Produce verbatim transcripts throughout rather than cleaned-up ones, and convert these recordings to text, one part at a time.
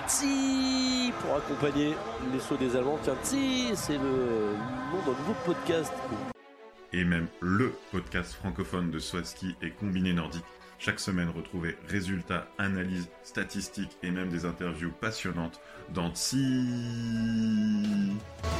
Tsi pour accompagner les sauts des Allemands. Tiens, Tsi, c'est le nom d'un nouveau podcast. Et même le podcast francophone de saut à ski et combiné nordique. Chaque semaine, retrouvez résultats, analyses, statistiques et même des interviews passionnantes dans Tsi.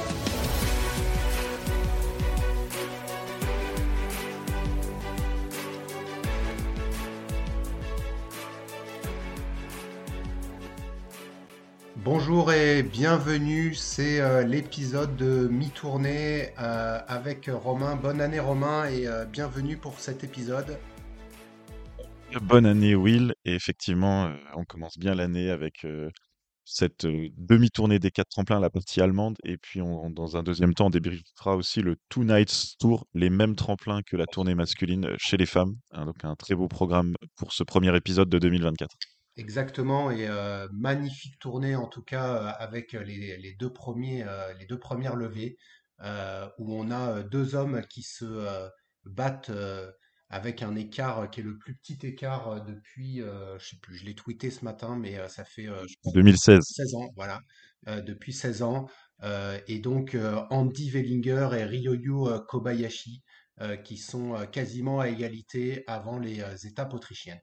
Bonjour et bienvenue, c'est euh, l'épisode de mi-tournée euh, avec Romain. Bonne année Romain et euh, bienvenue pour cet épisode. Bonne année Will, et effectivement euh, on commence bien l'année avec euh, cette euh, demi-tournée des quatre tremplins, la partie allemande, et puis on, dans un deuxième temps on débriefera aussi le Two Nights Tour, les mêmes tremplins que la tournée masculine euh, chez les femmes, hein, donc un très beau programme pour ce premier épisode de deux mille vingt-quatre. Exactement, et euh, magnifique tournée en tout cas euh, avec les, les deux premiers, euh, les deux premières levées euh, où on a euh, deux hommes qui se euh, battent euh, avec un écart qui est le plus petit écart euh, depuis, euh, je sais plus, je l'ai tweeté ce matin, mais euh, ça fait euh, je crois, deux mille seize. seize ans, voilà, euh, depuis seize ans. Euh, et donc euh, Andy Wellinger et Ryoyu euh, Kobayashi euh, qui sont euh, quasiment à égalité avant les euh, étapes autrichiennes.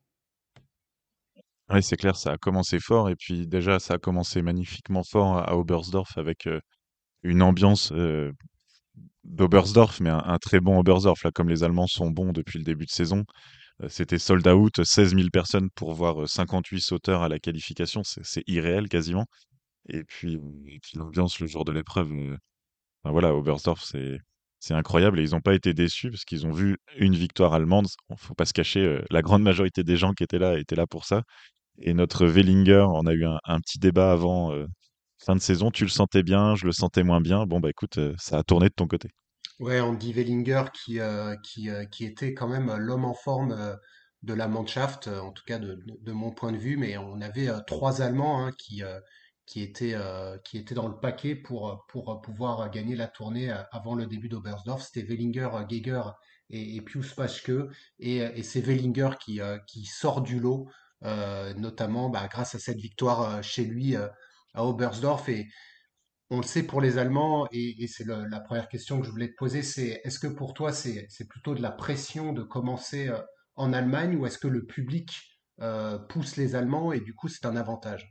Oui, c'est clair, ça a commencé fort, et puis déjà ça a commencé magnifiquement fort à Oberstdorf avec euh, une ambiance euh, d'Oberstdorf, mais un, un très bon Oberstdorf, là, comme les Allemands sont bons depuis le début de saison. Euh, C'était sold out, seize mille personnes pour voir euh, cinquante-huit sauteurs à la qualification, c'est c'est irréel quasiment. Et puis, euh, et puis l'ambiance le jour de l'épreuve, euh, enfin, voilà, Oberstdorf, c'est c'est incroyable, et ils n'ont pas été déçus parce qu'ils ont vu une victoire allemande. Bon, faut pas se cacher, euh, la grande majorité des gens qui étaient là étaient là pour ça. Et notre Wellinger, on a eu un, un petit débat avant euh, fin de saison. Tu le sentais bien, je le sentais moins bien. Bon, bah écoute, euh, ça a tourné de ton côté. Ouais, Andy Wellinger qui, euh, qui, euh, qui était quand même l'homme en forme euh, de la Mannschaft, euh, en tout cas de, de- de mon point de vue, mais on avait euh, trois Allemands hein, qui, euh, qui étaient, euh, qui étaient dans le paquet pour, euh, pour euh, pouvoir gagner la tournée euh, avant le début d'Oberstdorf. C'était Wellinger, euh, Geiger et, et Pius Paschke, et, euh, et c'est Wellinger qui, euh, qui sort du lot, euh, notamment bah, grâce à cette victoire euh, chez lui euh, à Oberstdorf. Et, on le sait pour les Allemands, et, et c'est le- la première question que je voulais te poser, c'est est-ce que pour toi c'est c'est plutôt de la pression de commencer euh, en Allemagne ou est-ce que le public euh, pousse les Allemands et du coup c'est un avantage?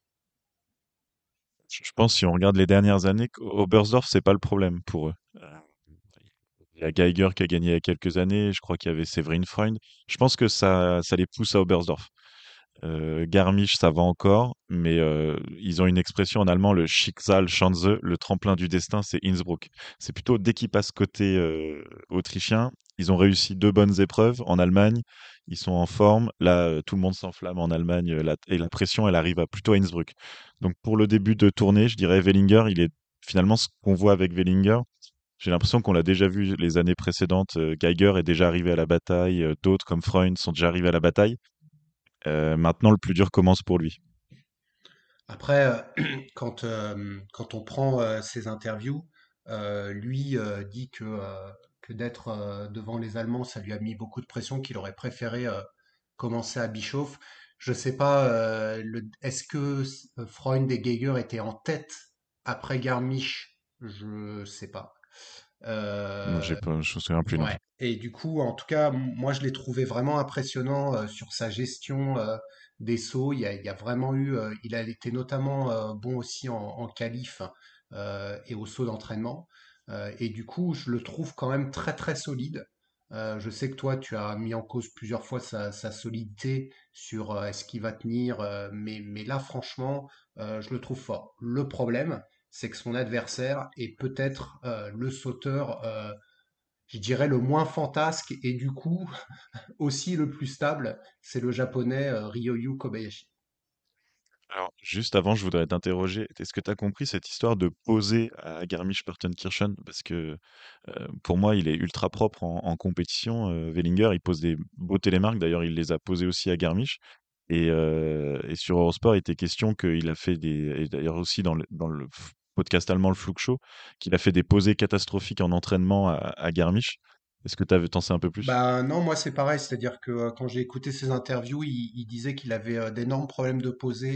Je je pense, si on regarde les dernières années, Oberstdorf, c'est pas le problème pour eux. Euh, Il y a Geiger qui a gagné il y a quelques années. Je crois qu'il y avait Severin Freund. Je pense que ça, ça les pousse à Oberstdorf. Euh, Garmisch, ça va encore, mais euh, ils ont une expression en allemand, le Schicksalschanze, le tremplin du destin, c'est Innsbruck. C'est plutôt dès qu'ils passent côté euh, autrichien, ils ont réussi deux bonnes épreuves en Allemagne, ils sont en forme. Là, euh, tout le monde s'enflamme en Allemagne, euh, la- et la pression, elle arrive à, plutôt à Innsbruck. Donc pour le début de tournée, je dirais Wellinger, il est finalement ce qu'on voit avec Wellinger. J'ai l'impression qu'on l'a déjà vu les années précédentes. euh, Geiger est déjà arrivé à la bataille, euh, d'autres comme Freund sont déjà arrivés à la bataille. Euh, maintenant, le plus dur commence pour lui. Après, euh, quand, euh, quand on prend euh, ses interviews, euh, lui euh, dit que, euh, que d'être euh, devant les Allemands, ça lui a mis beaucoup de pression, qu'il aurait préféré euh, commencer à Bischoff. Je sais pas, euh, le- est-ce que euh, Freund et Geiger étaient en tête après Garmisch? Je sais pas. Non, Euh, j'ai pas, je me souviens plus non Ouais. plus. Et du coup, en tout cas, m- moi, je l'ai trouvé vraiment impressionnant euh, sur sa gestion euh, des sauts. Il y a, il y a vraiment eu, euh, il a été notamment euh, bon aussi en, en qualif euh, et au saut d'entraînement. Euh, et du coup, je le trouve quand même très très solide. Euh, je sais que toi, tu as mis en cause plusieurs fois sa, sa solidité sur euh, est-ce qu'il va tenir, euh, mais, mais là, franchement, euh, je le trouve fort. Le problème, c'est que son adversaire est peut-être euh, le sauteur. Euh, je dirais le moins fantasque et du coup aussi le plus stable, c'est le japonais euh, Ryoyu Kobayashi. Alors, juste avant, je voudrais t'interroger. Est-ce que tu as compris cette histoire de poser à Garmisch-Partenkirchen? Parce que euh, pour moi, il est ultra propre en, en compétition. euh, Wellinger, il pose des beaux télémarques. D'ailleurs, il les a posés aussi à Garmisch. Et, euh, et sur Eurosport, il était question qu'il a fait des. Et d'ailleurs aussi dans le, dans le f- podcast allemand, le Flug Show, qu'il a fait des posées catastrophiques en entraînement à, à Garmisch. Est-ce que tu t'en sais un peu plus? Bah non, moi c'est pareil, c'est-à-dire que euh, quand j'ai écouté ses interviews, il, il disait qu'il avait euh, d'énormes problèmes de posée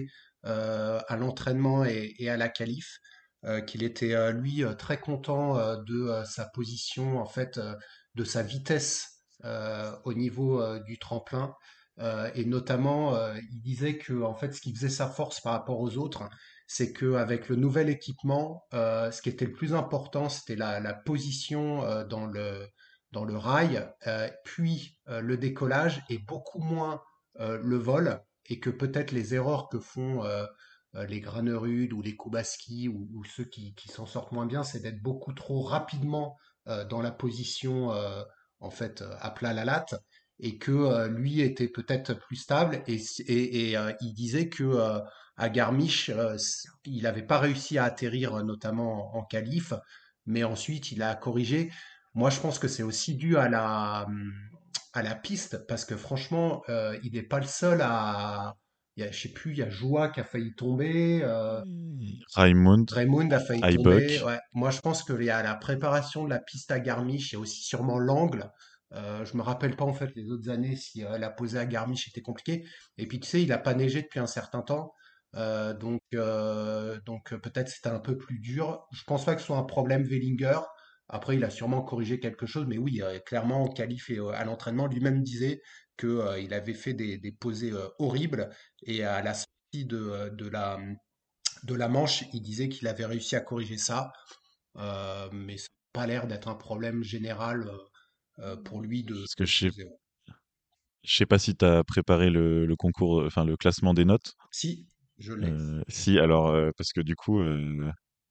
euh, à l'entraînement et, et à la qualif, euh, qu'il était euh, lui euh, très content euh, de euh, sa position, en fait, euh, de sa vitesse euh, au niveau euh, du tremplin. Euh, et notamment, euh, il disait que en fait, ce qui faisait sa force par rapport aux autres, c'est qu'avec le nouvel équipement, euh, ce qui était le plus important, c'était la, la position euh, dans le, dans le rail, euh, puis euh, le décollage et beaucoup moins euh, le vol, et que peut-être les erreurs que font euh, euh, les Granerud ou les Kubaski ou, ou ceux qui, qui s'en sortent moins bien, c'est d'être beaucoup trop rapidement euh, dans la position euh, en fait euh, à plat la latte, et que euh, lui était peut-être plus stable, et, et, et, euh, il disait que euh, à Garmisch, euh, il n'avait pas réussi à atterrir, euh, notamment en, en qualif, mais ensuite il a corrigé. Moi, je pense que c'est aussi dû à la, à la piste, parce que franchement, euh, il n'est pas le seul à. Il y a, je sais plus, il y a Joua qui a failli tomber, euh, Raimund, Raymond a failli tomber. Ibok. Ouais. Moi, je pense qu'il y a la préparation de la piste à Garmisch, il y a aussi sûrement l'angle. Euh, je me rappelle pas en fait les autres années si euh, la posée à Garmisch était compliquée. Et puis tu sais, il a pas neigé depuis un certain temps. Euh, donc euh, donc euh, peut-être c'était un peu plus dur. Je pense pas que ce soit un problème Wellinger. Après, il a sûrement corrigé quelque chose, mais oui, euh, clairement, en qualif et euh, à l'entraînement, lui-même disait que euh, il avait fait des, des posées euh, horribles, et à la sortie de, euh, de la de la manche, il disait qu'il avait réussi à corriger ça, euh, mais ça n'a pas l'air d'être un problème général euh, euh, pour lui de, Parce que de je sais, poser. Ouais. je sais pas si tu as préparé le, le concours, euh, enfin le classement des notes. Si, je l'ai. Euh, si, alors, euh, parce que du coup, euh,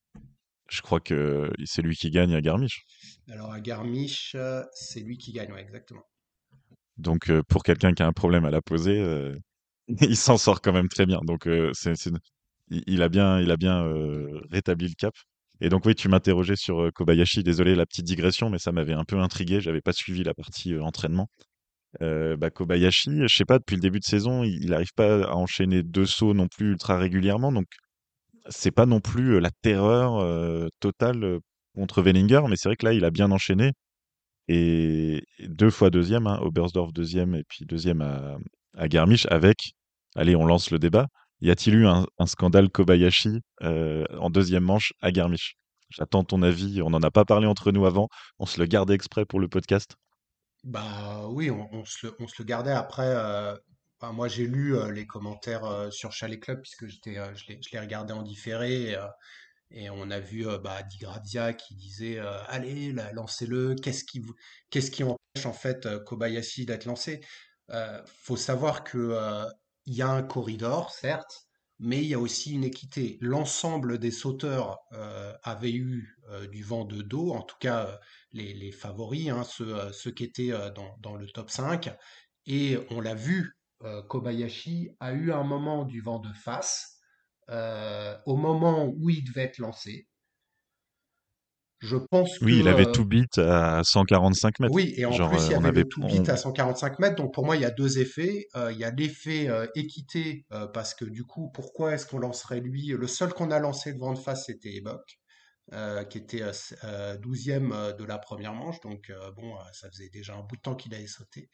je crois que c'est lui qui gagne à Garmisch. Alors à Garmisch, euh, c'est lui qui gagne, ouais, exactement. Donc, euh, pour quelqu'un qui a un problème à la poser, euh, il s'en sort quand même très bien. Donc, euh, c'est, c'est- il il a bien, il a bien euh, rétabli le cap. Et donc, oui, tu m'interrogeais sur euh, Kobayashi. Désolé, la petite digression, mais ça m'avait un peu intrigué. J'avais pas suivi la partie euh, entraînement. Euh, bah, Kobayashi, je sais pas, depuis le début de saison, il n'arrive pas à enchaîner deux sauts non plus ultra régulièrement. Donc, c'est pas non plus euh, la terreur euh, totale euh, contre Wellinger, mais c'est vrai que là, il a bien enchaîné. Et deux fois deuxième, hein, Oberstdorf deuxième et puis deuxième à, à Garmisch avec, allez, on lance le débat. Y a-t-il eu un, un scandale Kobayashi euh, en deuxième manche à Garmisch? J'attends ton avis. On n'en a pas parlé entre nous avant. On se le gardait exprès pour le podcast. Bah oui, on, on se le, on se le gardait après. Euh, enfin, moi, j'ai lu euh, les commentaires euh, sur Chalet Club, puisque j'étais, euh, je l'ai, je l'ai regardé en différé. Et, euh, et on a vu euh, bah, Di Grazia qui disait euh, allez, là, lancez-le. Qu'est-ce qui, vous- qu'est-ce qui empêche en fait euh, Kobayashi d'être lancé? Euh, faut savoir que euh, il y a un corridor, certes, mais il y a aussi une équité. L'ensemble des sauteurs euh, avaient eu euh, du vent de dos, en tout cas euh, les, les favoris, hein, ceux, euh, ceux qui étaient euh, dans, dans le top cinq. Et on l'a vu, euh, Kobayashi a eu un moment du vent de face euh, au moment où il devait être lancé. Je pense que Oui, il avait euh, tout beat à cent quarante-cinq mètres. oui, et en Genre, plus, il euh, y on avait avait, le two on- beat à cent quarante-cinq mètres. Donc pour moi, il y a deux effets. Euh, il y a l'effet euh, équité, euh, parce que du coup, pourquoi est-ce qu'on lancerait lui? Le seul qu'on a lancé le vent de face, c'était Ebok, euh, qui était euh, s- euh, douzième euh, de la première manche. Donc euh, bon, euh, ça faisait déjà un bout de temps qu'il avait sauté.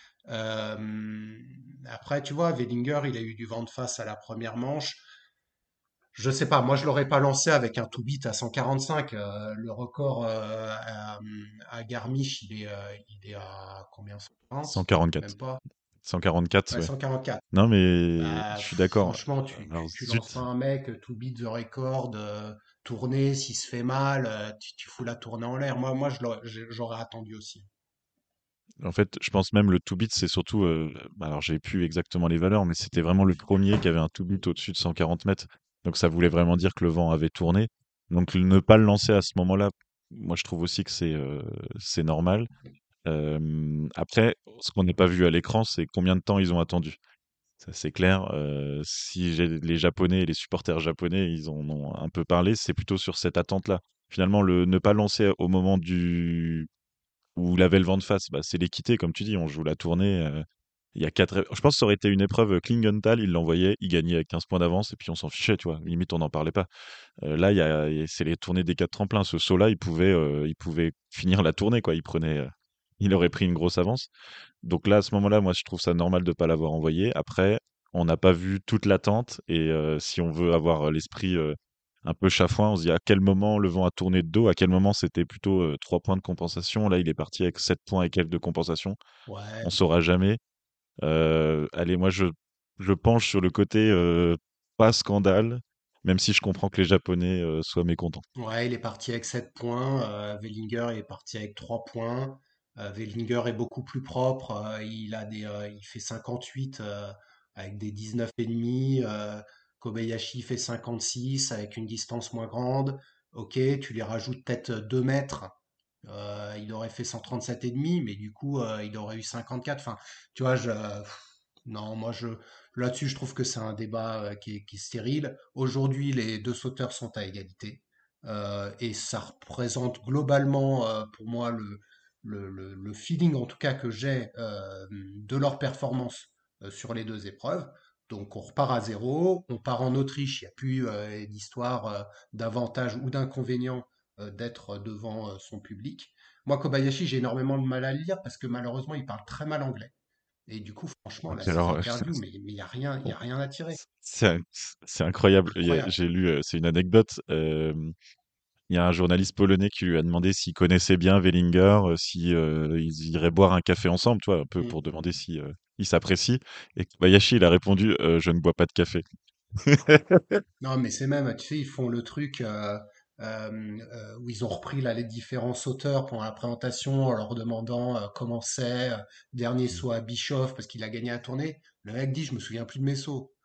Euh, Après, tu vois, Wellinger, il a eu du vent de face à la première manche. Je sais pas, moi je l'aurais pas lancé avec un two bit à cent quarante-cinq. Euh, le record euh, à, à Garmisch, il est, euh, il est à combien? cent quarante? Même cent quarante-quatre. pas? cent quarante-quatre, Ouais, ouais. cent quarante-quatre. Non, mais Bah, je suis pff, d'accord. franchement, tu, Alors, tu, tu lances pas zut. un mec, euh, to beat the record, euh, tourner, s'il se fait mal, euh, tu, tu fous la tournée en l'air. Moi, moi je l'aurais- j'ai- j'aurais attendu aussi. En fait, je pense même le two bit, c'est surtout. Euh, bah, alors, j'ai plus exactement les valeurs, mais c'était vraiment le premier qui avait un two bit au-dessus de cent quarante mètres. Donc, ça voulait vraiment dire que le vent avait tourné. Donc, ne pas le lancer à ce moment-là, moi, je trouve aussi que c'est euh, c'est normal. Euh, après, ce qu'on n'a pas vu à l'écran, c'est combien de temps ils ont attendu. Ça, c'est clair. Euh, si j'ai les Japonais et les supporters japonais, ils en ont un peu parlé, c'est plutôt sur cette attente-là. Finalement, le ne pas lancer au moment du où il avait le vent de face, bah, c'est l'équité, comme tu dis, on joue la tournée. euh, Il y a quatre. é- Je pense que ça aurait été une épreuve Klingenthal, il l'envoyait, il gagnait avec quinze points d'avance et puis on s'en fichait, tu vois. Limite, on n'en parlait pas. Euh, là, il y a, il y a- c'est les tournées des quatre tremplins. Ce saut-là, il pouvait, euh, il pouvait finir la tournée, quoi. Il prenait, euh, il aurait pris une grosse avance. Donc là, à ce moment-là, moi, je trouve ça normal de pas l'avoir envoyé. Après, on n'a pas vu toute l'attente. Et euh, si on veut avoir l'esprit euh, un peu chafouin, on se dit à quel moment le vent a tourné de dos, à quel moment c'était plutôt euh, trois points de compensation. Là, il est parti avec sept points et quelques de compensation. Ouais, On saura jamais. Euh, allez, moi, je, je penche sur le côté euh, pas scandale, même si je comprends que les Japonais euh, soient mécontents. ouais, il est parti avec sept points. Euh, Wellinger est parti avec trois points. Euh, Wellinger est beaucoup plus propre. Euh, il a des, euh, il fait cinquante-huit euh, avec des dix-neuf et demi. Euh, Kobayashi fait cinquante-six avec une distance moins grande. Ok, tu lui rajoutes peut-être deux mètres. Euh, il aurait fait cent trente-sept et demi, mais du coup, euh, il aurait eu cinquante-quatre. Enfin, tu vois, je, pff, non, moi, je, là-dessus, je trouve que c'est un débat euh, qui est, qui est stérile. Aujourd'hui, les deux sauteurs sont à égalité. Euh, et ça représente globalement, euh, pour moi, le, le, le- le feeling, en tout cas, que j'ai euh, de leur performance euh, sur les deux épreuves. Donc, on repart à zéro. On part en Autriche. Il n'y a plus euh, d'histoire euh, d'avantage ou d'inconvénient euh, d'être devant euh, son public. Moi, Kobayashi, j'ai énormément de mal à le lire parce que malheureusement, il parle très mal anglais. Et du coup, franchement, là, Donc, ces alors, interviews, mais il n'y a rien, il y bon, a rien à tirer. c'est un- c'est incroyable. Il y a- Incroyable. J'ai lu, euh, c'est une anecdote. euh, Il y a un journaliste polonais qui lui a demandé s'il connaissait bien Wellinger, euh, si euh, ils iraient boire un café ensemble, tu vois, un peu Mm. pour demander si euh, ils s'apprécient. Et Kobayashi, il a répondu, euh, je ne bois pas de café. Non, mais c'est même, tu sais, ils font le truc euh, euh, euh, où ils ont repris là, les différents sauteurs pendant la présentation en leur demandant euh, comment c'est, euh, dernier saut à Bischoff parce qu'il a gagné la tournée. Le mec dit, je me souviens plus de mes sauts.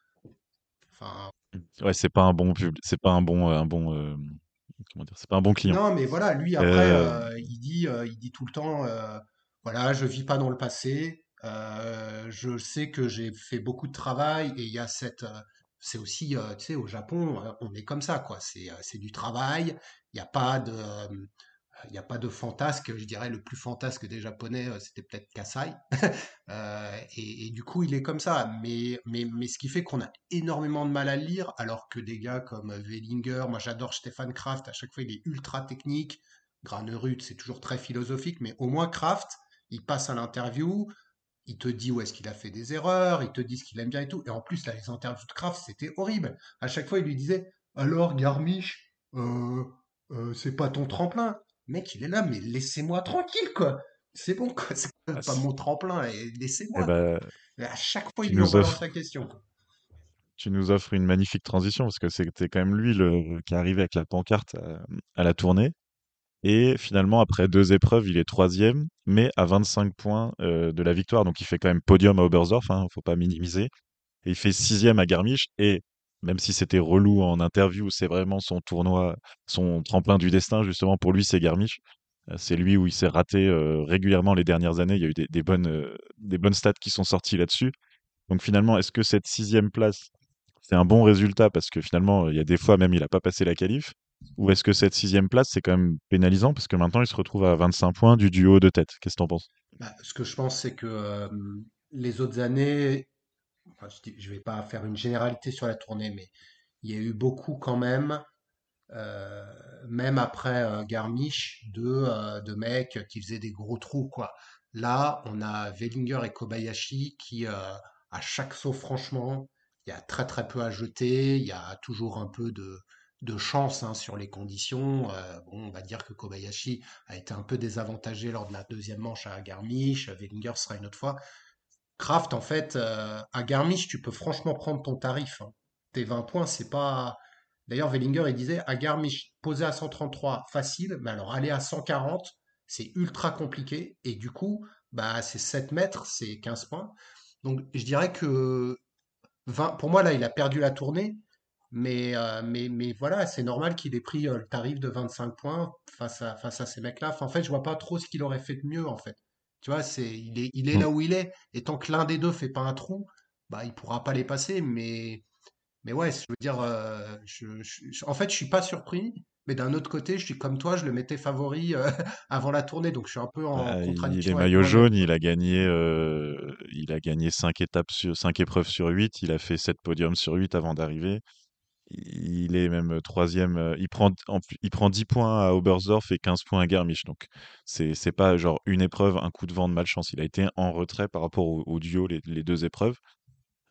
Enfin, Ouais, c'est pas un bon pub, c'est pas un bon, euh, un bon, euh, comment dire, c'est pas un bon client. non, mais voilà, lui après, Euh, euh, il dit, euh, il dit tout le temps, euh, voilà, je vis pas dans le passé. Euh, je sais que j'ai fait beaucoup de travail et il y a cette, euh, c'est aussi, euh, tu sais, au Japon, euh, on est comme ça, quoi. C'est, euh, c'est du travail. Il n'y a pas de, euh, il n'y a pas de fantasque. Je dirais le plus fantasque des Japonais, euh, c'était peut-être Kasai. Euh, et, et du coup, il est comme ça. Mais, mais, mais ce qui fait qu'on a énormément de mal à le lire, alors que des gars comme Wellinger, moi j'adore Stefan Kraft, à chaque fois il est ultra technique. Granerud, c'est toujours très philosophique, mais au moins Kraft, il passe à l'interview, il te dit où est-ce qu'il a fait des erreurs, il te dit ce qu'il aime bien et tout. Et en plus, là, les interviews de Kraft, c'était horrible. À chaque fois, il lui disait, alors Garmisch, euh, euh, c'est pas ton tremplin. Mec, il est là, mais laissez-moi tranquille, quoi. C'est bon, quoi. C'est quand ah, même pas c'est- mon tremplin, et eh laissez-moi, quoi. ben, Et à chaque fois, il tu lui nous relance offres, la question, quoi. tu nous offres une magnifique transition parce que c'était quand même lui le, qui est arrivé avec la pancarte à, à la tournée. Et finalement, après deux épreuves, il est troisième, mais à vingt-cinq points euh, de la victoire. Donc il fait quand même podium à Oberstdorf, hein, faut pas minimiser. Et il fait sixième à Garmisch. Et même si c'était relou en interview, c'est vraiment son tournoi, son tremplin du destin, justement, pour lui, c'est Garmisch. Euh, C'est lui où il s'est raté euh, régulièrement les dernières années. Il y a eu des, des bonnes, euh, des bonnes stats qui sont sorties là-dessus. Donc finalement, est-ce que cette sixième place, c'est un bon résultat parce que finalement, il y a des fois même, il n'a pas passé la qualif? Ou est-ce que cette sixième place, c'est quand même pénalisant parce que maintenant, il se retrouve à vingt-cinq points du duo de tête? Qu'est-ce que t'en penses? Bah, ce que je pense, c'est que euh, les autres années, enfin, je, dis- je vais pas faire une généralité sur la tournée, mais il y a eu beaucoup quand même euh, même après euh, Garmisch, de, euh, de mecs qui faisaient des gros trous, quoi. Là, on a Wellinger et Kobayashi qui, euh, à chaque saut, franchement, il y a très très peu à jeter, il y a toujours un peu de, de chance hein, sur les conditions. Euh, bon, on va dire que Kobayashi a été un peu désavantagé lors de la deuxième manche à Garmisch, Wellinger sera une autre fois. Kraft, en fait, euh, à Garmisch, tu peux franchement prendre ton tarif. Hein. Tes vingt points, c'est pas. D'ailleurs, Wellinger, il disait à Garmisch, poser à cent trente-trois, facile, mais alors aller à cent quarante, c'est ultra compliqué. Et du coup, bah, c'est sept mètres, c'est quinze points. Donc, je dirais que vingt, pour moi, là, il a perdu la tournée. Mais, euh, mais, mais voilà, c'est normal qu'il ait pris euh, le tarif de vingt-cinq points face à, face à ces mecs-là. Enfin, en fait, je vois pas trop ce qu'il aurait fait de mieux, en fait. Tu vois, c'est, il est, il est Mm. là où il est. Et tant que l'un des deux fait pas un trou, bah, il pourra pas les passer. Mais, mais ouais, je veux dire, euh, je, je- je- en fait, je suis pas surpris. Mais d'un autre côté, je suis comme toi, je le mettais favori euh, avant la tournée. Donc, je suis un peu en Bah, il est contradiction avec maillot moi-même, jaune, quoi. il a gagné, euh, il a gagné cinq étapes sur cinq épreuves sur huit, il a fait sept podiums sur huit avant d'arriver. Il est même troisième. euh, Il prend, en plus- il prend dix points à Oberstdorf et quinze points à Garmisch. Donc, c'est, c'est pas genre une épreuve, un coup de vent de malchance. Il a été en retrait par rapport au, au duo, les, les deux épreuves.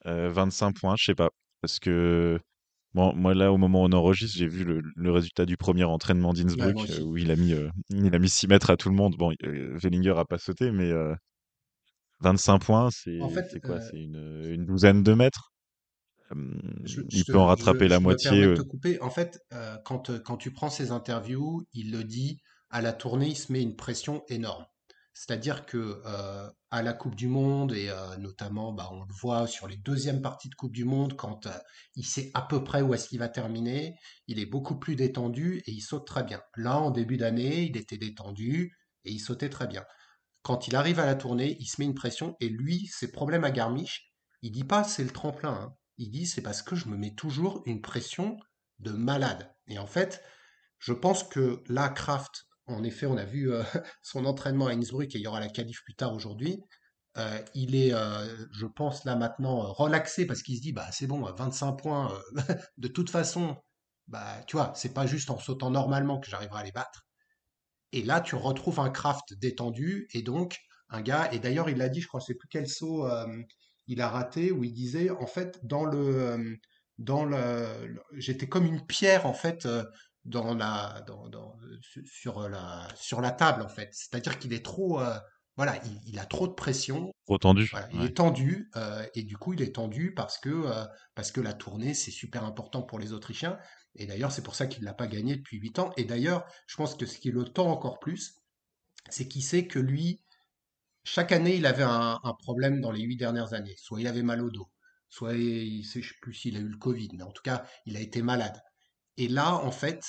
Euh, vingt-cinq points, je sais pas. Parce que bon, moi là, au moment où on enregistre, j'ai vu le, le résultat du premier entraînement Ouais, moi d'Innsbruck euh, aussi. où il a mis, euh, il a mis six mètres à tout le monde. Bon, euh, Wellinger a pas sauté, mais euh, vingt-cinq points, En c'est fait, c'est quoi? euh, C'est une, une douzaine de mètres. Hum, je, je il peut en te- rattraper je- la je me moitié. permets de te euh. couper. En fait, euh, quand, euh, quand tu prends ses interviews, il le dit, à la tournée, il se met une pression énorme. C'est-à-dire que euh, à la Coupe du Monde, et euh, notamment, bah, on le voit sur les deuxièmes parties de Coupe du Monde, quand euh, il sait à peu près où est-ce qu'il va terminer, il est beaucoup plus détendu et il saute très bien. Là, en début d'année, il était détendu et il sautait très bien. Quand il arrive à la tournée, il se met une pression et lui, ses problèmes à Garmisch, il dit pas c'est le tremplin, hein. Il dit c'est parce que je me mets toujours une pression de malade. Et en fait, je pense que là, Kraft, en effet, on a vu euh, son entraînement à Innsbruck et il y aura la qualif plus tard aujourd'hui. Euh, il est, euh, je pense, là maintenant euh, relaxé parce qu'il se dit bah c'est bon, vingt-cinq points, euh, de toute façon, bah tu vois, c'est pas juste en sautant normalement que j'arriverai à les battre. Et là, tu retrouves un Kraft détendu et donc un gars, et d'ailleurs il l'a dit, je crois, je sais plus quel saut euh, il a raté, où il disait, en fait, dans le, euh, dans le, le- j'étais comme une pierre, en fait, euh, dans la, dans, dans- su- sur la, sur la table, en fait. C'est-à-dire qu'il est trop, euh, voilà, il, il a trop de pression, Trop tendu. voilà, il Ouais. est tendu, euh, et du coup, il est tendu parce que, euh, parce que la tournée, c'est super important pour les Autrichiens. Et d'ailleurs, c'est pour ça qu'il ne l'a pas gagné depuis huit ans. Et d'ailleurs, je pense que ce qui le tend encore plus, c'est qu'il sait que lui, chaque année, il avait un, un problème dans les huit dernières années. Soit il avait mal au dos, soit il, je ne sais plus s'il a eu le Covid, mais en tout cas, il a été malade. Et là, en fait,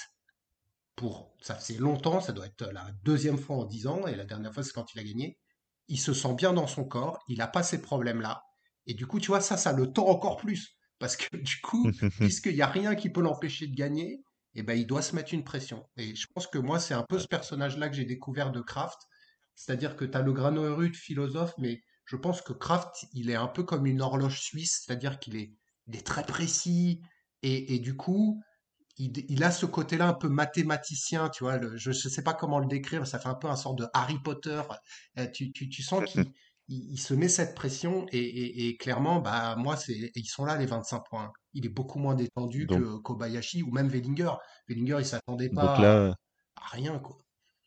pour ça faisait longtemps, ça doit être la deuxième fois en dix ans, et la dernière fois, c'est quand il a gagné. Il se sent bien dans son corps, il n'a pas ces problèmes-là. Et du coup, tu vois, ça, ça le tend encore plus. Parce que du coup, puisqu'il n'y a rien qui peut l'empêcher de gagner, eh ben, il doit se mettre une pression. Et je pense que moi, c'est un peu ce personnage-là que j'ai découvert de Kraft. C'est-à-dire que tu as le grano philosophe, mais je pense que Kraft, il est un peu comme une horloge suisse, c'est-à-dire qu'il est, il est très précis. Et, et du coup, il, il a ce côté-là un peu mathématicien, tu vois. Le- je ne sais pas comment le décrire, ça fait un peu un sort de Harry Potter. Euh, tu, tu, tu sens qu'il il, il se met cette pression et, et- et clairement, bah moi, c'est, ils sont là les vingt-cinq points. Il est beaucoup moins détendu Donc, que Kobayashi ou même Wellinger. Wellinger, il s'attendait donc pas à, là, à rien, quoi.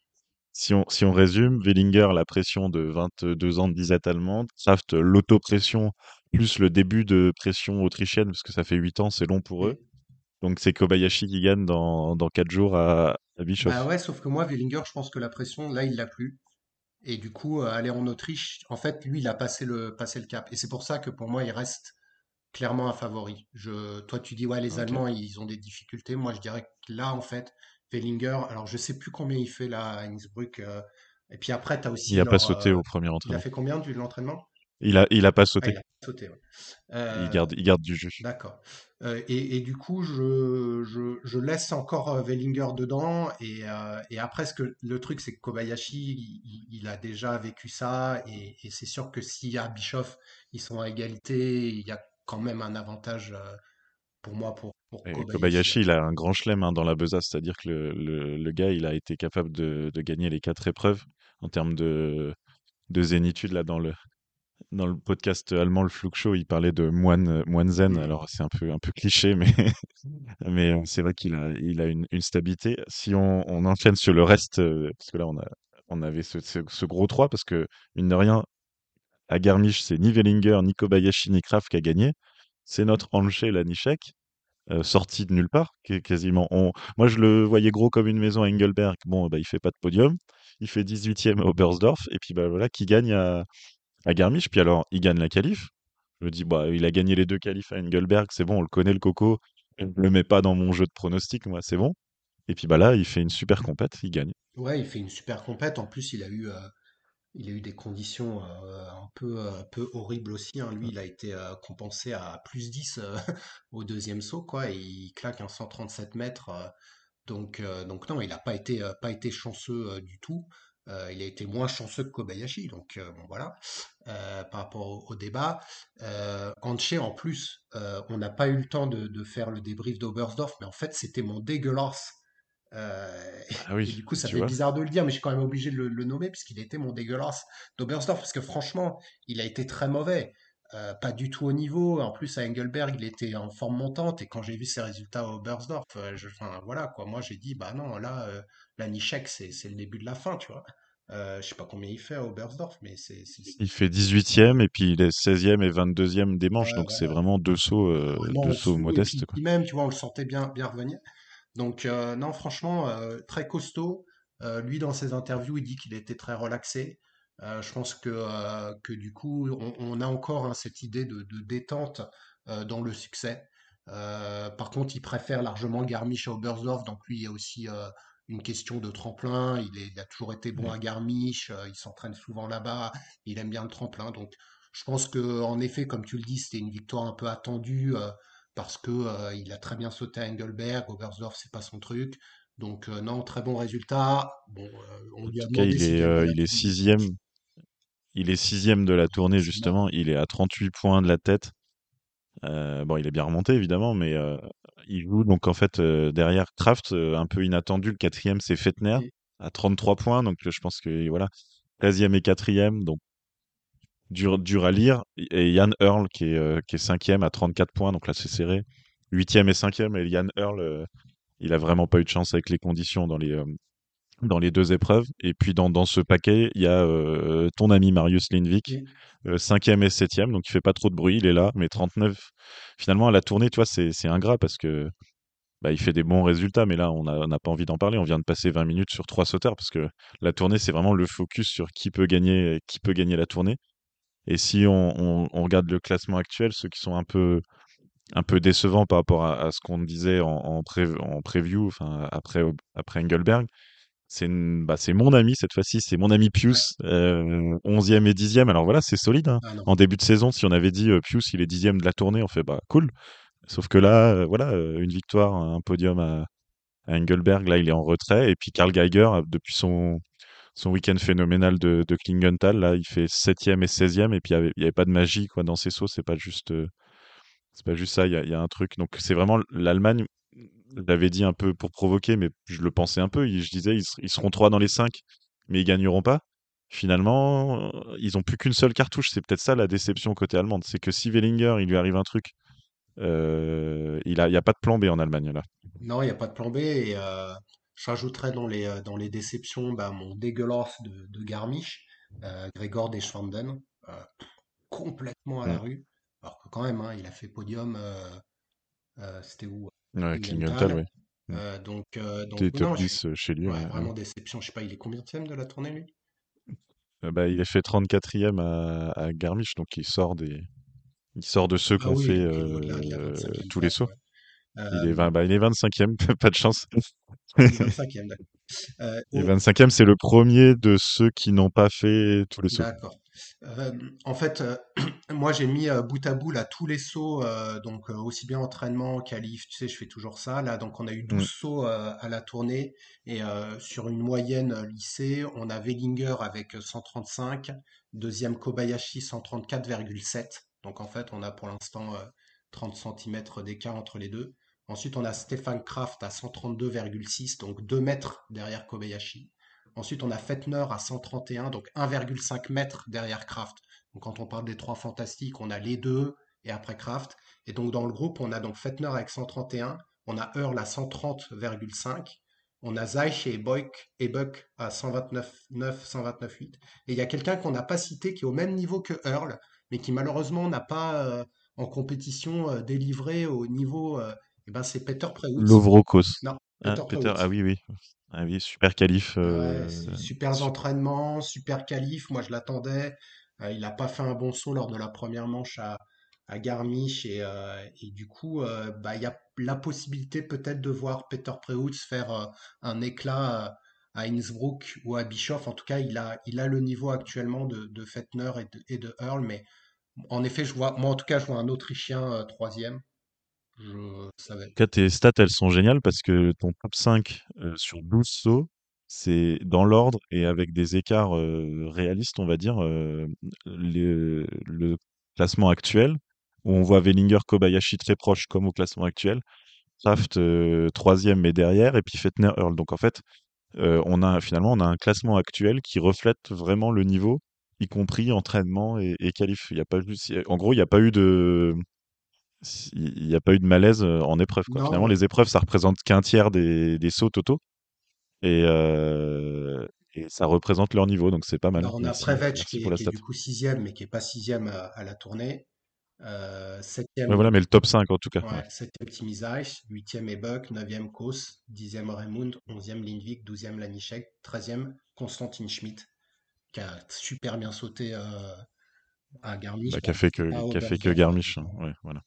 si on, si on résume, Wellinger, la pression de vingt-deux ans de disette allemande, Kraft, l'autopression, plus le début de pression autrichienne, parce que ça fait huit ans, c'est long pour eux. Mm. Donc c'est Kobayashi qui gagne dans, dans quatre jours à, à Bah Bischoff. ouais, sauf que moi, Wellinger, je pense que la pression, là, il l'a plus. Et du coup, euh, aller en Autriche, en fait, lui, il a passé le, passé le cap. Et c'est pour ça que pour moi, il reste clairement un favori. Je, toi, tu dis, ouais, les Ok. Allemands, ils ont des difficultés. Moi, je dirais que là, en fait, Wellinger, alors je sais plus combien il fait là à Innsbruck. euh, et puis après, tu as Il aussi n'a pas leur. sauté euh, au premier il a entraînement. fait combien du de l'entraînement? Il a, il a pas Ah, sauté. il a sauté, ouais. Il Euh, garde, il garde du jus. d'accord. Euh, et, et du coup, je, je, je laisse encore euh, Wellinger dedans. Et, euh, et après, ce que, le truc, c'est que Kobayashi, il, il- il a déjà vécu ça. Et, et c'est sûr que si à Bischoff, ils sont à égalité, il y a quand même un avantage euh, pour moi, pour, pour Et Kobayashi Kobayashi, il a actuellement. un grand chelem hein, dans la besace, c'est-à-dire que le, le, le gars, il a été capable de, de gagner les quatre épreuves en termes de, de zénitude là dans le dans le podcast allemand le Flugshow, il parlait de moine euh, moine zen. Hmm. Alors c'est un peu un peu cliché, mais mais euh, c'est vrai qu'il a il a une, une stabilité. Si on, on enchaîne sur le reste, euh, parce que là on a on avait ce, ce, ce gros trois parce que mine de rien à Garmisch c'est ni Wellinger ni Kobayashi ni Kraft qui a gagné. C'est notre Hanche Lanišek euh, sorti de nulle part, qui quasiment. On... Moi, je le voyais gros comme une maison à Engelberg. Bon, bah, il fait pas de podium. Il fait dix-huitième à Oberstdorf. Et puis, bah, voilà, qui gagne à, à Garmisch. Puis alors, il gagne la qualif. Je me dis, bah, il a gagné les deux qualifs à Engelberg. C'est bon, on le connaît, le coco. Je ne le mets pas dans mon jeu de pronostic, moi, c'est bon. Et puis, bah, là, il fait une super compète. Il gagne. Ouais, il fait une super compète. En plus, il a eu, euh, il a eu des conditions euh, un peu, euh, un peu horribles aussi, hein. Lui, il a été euh, compensé à plus dix euh, au deuxième saut, quoi. Et il claque un cent trente-sept mètres. euh, Donc, euh, donc non, il n'a pas été, euh, pas été chanceux euh, du tout. Euh, il a été moins chanceux que Kobayashi. Donc euh, bon, voilà. Euh, par rapport au, au débat. Euh, Anche, en plus, euh, on n'a pas eu le temps de, de faire le débrief d'Oberstdorf, mais en fait, c'était mon dégueulasse. Euh, Ah et oui, du coup, ça tu fait vois. bizarre de le dire, mais je suis quand même obligé de le, le nommer, puisqu'il était mon dégueulasse d'Oberstdorf, parce que franchement, il a été très mauvais. euh, pas du tout au niveau. En plus, à Engelberg, il était en forme montante. Et quand j'ai vu ses résultats au Oberstdorf, euh, je, enfin, voilà, quoi. Moi, j'ai dit, bah non, là, euh, la Nischek, c'est, c'est le début de la fin, tu vois. Euh, je sais pas combien il fait à Oberstdorf, mais c'est, c'est, c'est- Il fait dix-huitième et puis il est seizième et vingt-deuxième des manches, ouais, donc c'est voilà, vraiment deux sauts, euh, vraiment deux en sauts dessous. Et modestes, puis, quoi. puis même, tu vois, on le sentait bien, bien revenir. Donc, euh, non, franchement, euh, très costaud. Euh, lui, dans ses interviews, il dit qu'il était très relaxé. Euh, je pense que, euh, que du coup, on, on a encore hein, cette idée de, de détente euh, dans le succès. Euh, par contre, il préfère largement Garmisch à Oberstdorf. Donc, lui, il y a aussi euh, une question de tremplin. Il, est- il a toujours été bon Mm. à Garmisch. Euh, il s'entraîne souvent là-bas. Il aime bien le tremplin. Donc, je pense que, en effet, comme tu le dis, c'était une victoire un peu attendue. Euh, parce que euh, il a très bien sauté à Engelberg. Oberstdorf, c'est pas son truc. Donc euh, non, très bon résultat. Bon, euh, on En lui a tout cas, demandé il s'il est, gagnait euh, la il est tournée. sixième. Il est sixième de la tournée, C'est énorme. justement. Il est à trente-huit points de la tête. Euh, bon, il est bien remonté, évidemment, mais euh, il joue donc en fait euh, derrière Kraft, euh, un peu inattendu. Le quatrième, c'est Fettner Mm. à trente-trois points. Donc euh, je pense que voilà, treizième et quatrième, donc dur, dur à lire. Et Yann Earl qui est, euh, qui est cinquième à trente-quatre points. Donc là, c'est serré. Huitième et cinquième. Et Yann Earl, euh, il a vraiment pas eu de chance avec les conditions dans les, euh, dans les deux épreuves. Et puis dans, dans ce paquet, il y a euh, ton ami Marius Lindvik, Mm. euh, cinquième et septième, donc il fait pas trop de bruit, il est là, mais trente-neuf. Finalement, à la tournée, tu vois, c'est c'est ingrat parce que bah, il fait des bons résultats, mais là, on a- on n'a pas envie d'en parler. On vient de passer vingt minutes sur trois sauteurs parce que la tournée, c'est vraiment le focus sur qui peut gagner, qui peut gagner la tournée. Et si on, on- on regarde le classement actuel, ceux qui sont un peu, un peu décevants par rapport à, à ce qu'on disait en, en, pré- en preview, enfin, après, après Engelberg, c'est une- bah, c'est mon ami cette fois-ci, c'est mon ami Ouais. Pius, euh, onzième et dixième. Alors voilà, c'est solide, hein. Ah non. En début de saison, si on avait dit euh, Pius, il est dixième de la tournée, on fait bah cool. Sauf que là, euh, voilà, euh, une victoire, un podium à, à Engelberg, là il est en retrait. Et puis Karl Geiger, euh, depuis son, son week-end phénoménal de, de Klingenthal, là il fait septième et seizième. Et puis il n'y avait, il y avait pas de magie quoi, dans ses sauts, c'est pas juste, euh, c'est pas juste ça, il y a, il y a un truc. Donc c'est vraiment l'Allemagne, je l'avais dit un peu pour provoquer, mais je le pensais un peu. il- Je disais, ils, ser- ils seront trois dans les cinq, mais ils gagneront pas. Finalement, euh, ils ont plus qu'une seule cartouche. C'est peut-être ça la déception côté allemande. C'est que si Wellinger, il lui arrive un truc, euh, il a, il y a pas de plan B en Allemagne là. Non, il n'y a pas de plan B. Et euh, je rajouterais dans les, euh, dans les déceptions bah, mon dégueulasse de, de Garmisch, euh, Gregor Deschwanden, euh, complètement à la Mm. rue. Alors que quand même, hein, il a fait podium, euh, euh, c'était où? Ouais, Klingenthal, Klingenthal. ouais. Mm. Euh, donc, euh, donc T'es oui, top non, je suis dix euh, chez lui, ouais, ouais, ouais. vraiment déception. Je sais pas, il est combienième de la tournée, lui? Euh, bah, il est fait trente-quatrième à, à Garmisch, donc il sort des, il sort de ceux Ah qu'on oui, fait donc il est au-delà, il est à euh, vingt-cinquième tous les place, sauts. ouais. Il Euh, est vingt, bah, il est vingt-cinquième, pas de chance. il est vingt-cinquième, d'accord. Euh, Et au- vingt-cinquième, c'est le premier de ceux qui n'ont pas fait tous les sauts. d'accord. Euh, en fait, euh, moi j'ai mis euh, bout à bout là tous les sauts, euh, donc euh, aussi bien entraînement, qualif, tu sais, je fais toujours ça. Là, donc on a eu douze Mm. sauts euh, à la tournée et euh, sur une moyenne euh, lycée, on a Wellinger avec euh, cent trente-cinq, deuxième Kobayashi cent trente-quatre virgule sept. Donc en fait, on a pour l'instant euh, trente centimètres d'écart entre les deux. Ensuite, on a Stefan Kraft à cent trente-deux virgule six, donc deux mètres derrière Kobayashi. Ensuite, on a Fettner à cent trente et un, donc un virgule cinq mètres derrière Kraft. Donc, quand on parle des trois fantastiques, on a les deux et après Kraft. Et donc, dans le groupe, on a donc Fettner avec cent trente et un, on a Earl à cent trente virgule cinq, on a Zeich et Boyk et Buck à cent vingt-neuf virgule neuf, cent vingt-neuf virgule huit. Et il y a quelqu'un qu'on n'a pas cité qui est au même niveau que Earl, mais qui malheureusement n'a pas euh, en compétition euh, délivré au niveau. Euh, eh ben, c'est Peter Preutz. Lovrokos. Non, Ah, Peter Peter, ah Preutz. oui, oui. Ah oui, super qualif. Ouais, euh, c'est super su- entraînements, super qualif. Moi, je l'attendais. Euh, il n'a pas fait un bon saut lors de la première manche à, à Garmisch. Et, euh, et du coup, euh, bah, il y a la possibilité peut-être de voir Peter Preutz faire euh, un éclat euh, à Innsbruck ou à Bischoff. En tout cas, il a, il a le niveau actuellement de, de Fettner et de, et de Earl. Mais en effet, je vois, moi, en tout cas, je vois un Autrichien euh, troisième. Je savais. En tout cas, tes stats, elles sont géniales parce que ton top cinq euh, sur douze sauts, c'est dans l'ordre et avec des écarts euh, réalistes, on va dire, euh, le, le classement actuel, où on voit Wellinger, Kobayashi très proche comme au classement actuel, Kraft euh, troisième mais derrière, et puis Fettner, Earl. Donc en fait, euh, on a finalement on a un classement actuel qui reflète vraiment le niveau y compris entraînement et, et qualif. Il y a pas juste, il y a- en gros, il n'y a pas eu de, il y a pas eu de malaise euh, en épreuve, quoi. Non, Finalement, non. les épreuves, ça représente qu'un tiers des, des sauts totaux et, euh, et ça représente leur niveau, donc c'est pas mal. Alors on a Merci, Prevetch merci qui pour est, la qui est stat. du coup sixième, mais qui est pas sixième à, à la tournée. Euh, Ouais, septième, voilà, mais le top cinq en tout cas. Ouais. ouais, septième Timisaïch, huitième Ebuk, neuvième Kos, dixième Raymond, onzième Lindvik, douzième Lanišek, treizième Konstantin Schmidt, qui a super bien sauté euh, à Garmisch, Bah, bah, qu'a mais fait c'était que, pas à qu'a fait que Oberstdorf Garmisch, hein. malheureusement. Ouais, voilà.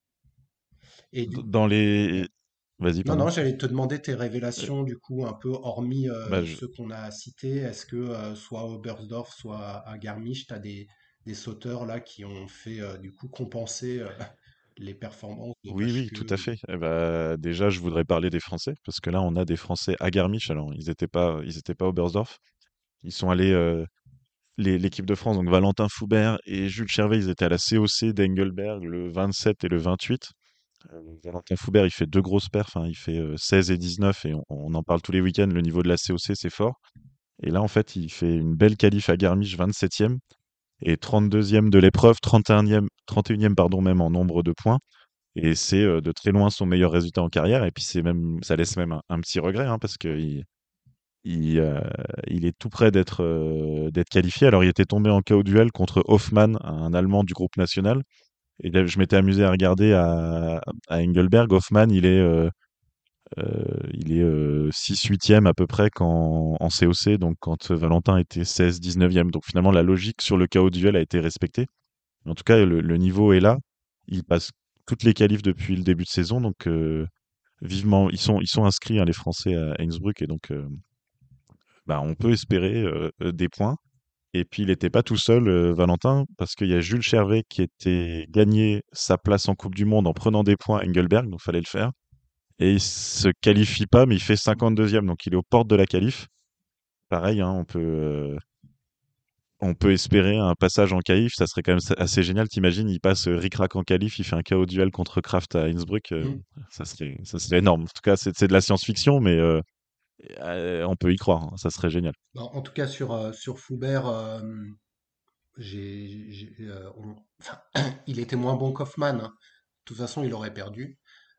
Et D- du, Dans les, ouais. vas-y, Non, non, pardon. j'allais te demander tes Euh, révélations, du coup, un peu hormis bah, euh, je- ceux qu'on a cités. Est-ce que euh, soit à Oberstdorf, soit à, à Garmisch, tu as des, des sauteurs là qui ont fait euh, du coup compenser euh, les performances de Oui, oui, Vacheke tout à ou... fait. Eh bah, déjà, je voudrais parler des Français, parce que là, on a des Français à Garmisch. Alors, ils étaient pas, ils étaient pas au Oberstdorf. Ils sont allés, euh, les- l'équipe de France, donc Valentin Foubert et Jules Chervet, ils étaient à la C O C d'Engelberg le vingt-sept et le vingt-huit. Euh, Valentin Foubert, il fait deux grosses perfs, hein, il fait euh, seize et dix-neuf, et on, on en parle tous les week-ends. Le niveau de la C O C, c'est fort. Et là, en fait, il fait une belle qualif à Garmisch, vingt-septième, et trente-deuxième de l'épreuve, trente et unième, trente et unième pardon, même en nombre de points. Et c'est euh, de très loin son meilleur résultat en carrière. Et puis c'est même, ça laisse même un, un petit regret, hein, parce que il, il, euh, il est tout près d'être euh, d'être qualifié. Alors il était tombé en K O duel contre Hoffmann, un Allemand du groupe national. Et là, je m'étais amusé à regarder à, à Engelberg. Hoffmann, il est, euh, euh, il est euh, six huitième à peu près quand, en C O C, donc quand Valentin était seize dix-neuvième. Donc finalement, la logique sur le K O duel a été respectée. En tout cas, le, le niveau est là. Il passe toutes les qualifs depuis le début de saison, donc euh, vivement, ils sont, ils sont inscrits, hein, les Français à Innsbruck, et donc euh, bah, on peut espérer euh, euh, des points. Et puis il n'était pas tout seul, euh, Valentin, parce qu'il y a Jules Chervet qui était gagné sa place en Coupe du Monde en prenant des points à Engelberg, donc fallait le faire. Et il se qualifie pas, mais il fait cinquante-deuxième, donc il est aux portes de la qualif. Pareil, hein, on peut, euh, on peut espérer un passage en qualif, ça serait quand même assez génial. T'imagines, il passe euh, ric-rac en qualif, il fait un K O duel contre Kraft à Innsbruck, euh, Hmm. ça serait, ça serait énorme. En tout cas, c'est c'est de la science-fiction, mais euh, euh, on peut y croire, hein, ça serait génial. En, en tout cas, sur, euh, sur Foubert, euh, j'ai, j'ai, euh, on- enfin, il était moins bon qu'Hoffmann, hein. De toute façon, il aurait perdu.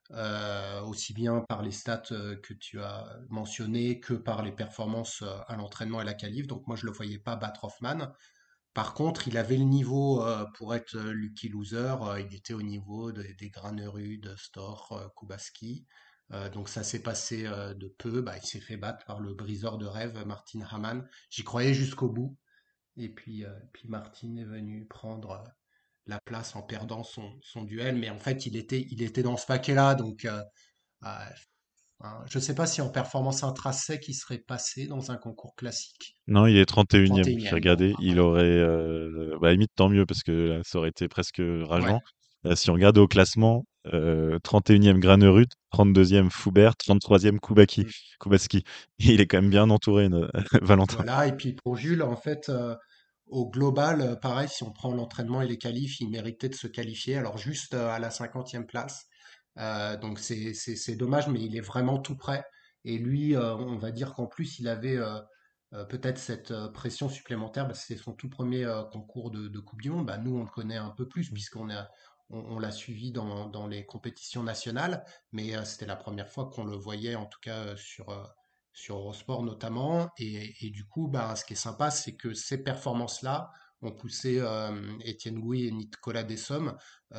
Euh, aussi bien par les stats euh, que tu as mentionnées que par les performances euh, à l'entraînement et la qualif. Donc moi, je le voyais pas battre Hoffman. Par contre, il avait le niveau euh, pour être euh, Lucky Loser. Euh, il était au niveau de- des Granerud, Storr, euh, Kubaski. Euh, donc ça s'est passé euh, de peu. Bah, il s'est fait battre par le briseur de rêve, Martin Hamann. J'y croyais jusqu'au bout. Et puis, euh, puis Martin est venu prendre euh, la place en perdant son, son duel. Mais en fait, il était, il était dans ce paquet-là. Donc euh, ah, hein, je ne sais pas si en performance intrinsèque, il serait passé dans un concours classique. Non, il est trente et unième. J'ai trente et unième, bon, regardé. bah, Il voilà. aurait, euh, bah, limite, tant mieux, parce que là, ça aurait été presque Ouais. rageant. Euh, si on regarde au classement, euh, trente et unième Granerud, trente-deuxième Foubert, trente-troisième Kubaki, Mm. Kubaski. Il est quand même bien entouré, ne- Valentin. Voilà. Et puis pour Jules, en fait, euh, au global, euh, pareil, si on prend l'entraînement et les qualifs, il méritait de se qualifier. Alors juste euh, à la cinquantième place. Euh, donc c'est c'est- c'est dommage, mais il est vraiment tout près. Et lui, euh, on va dire qu'en plus, il avait euh, euh, peut-être cette euh, pression supplémentaire, parce que c'est son tout premier euh, concours de, de Coupe du Monde. Bah, nous, on le connaît un peu plus, puisqu'on a, on, on l'a suivi dans, dans les compétitions nationales, mais euh, c'était la première fois qu'on le voyait, en tout cas euh, sur, euh, sur Eurosport notamment. Et, et du coup, bah, ce qui est sympa, c'est que ces performances-là ont poussé euh, Étienne Gouy et Nicolas Dessomme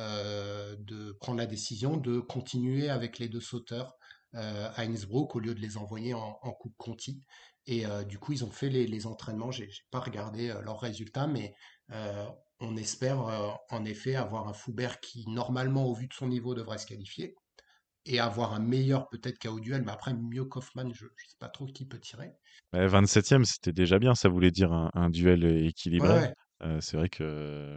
euh, de prendre la décision de continuer avec les deux sauteurs euh, à Innsbruck au lieu de les envoyer en, en Coupe Conti. Et euh, du coup, ils ont fait les, les entraînements. J'ai j'ai pas regardé euh, leurs résultats, mais euh, on espère euh, en effet avoir un Foubert qui, normalement, au vu de son niveau, devrait se qualifier et avoir un meilleur peut-être qu'à duel, mais après mieux qu'Hoffman, je ne sais pas trop qui peut tirer. Ouais, vingt-septième, c'était déjà bien. Ça voulait dire un, un duel Ouais, équilibré. ouais. Euh, c'est vrai que, euh,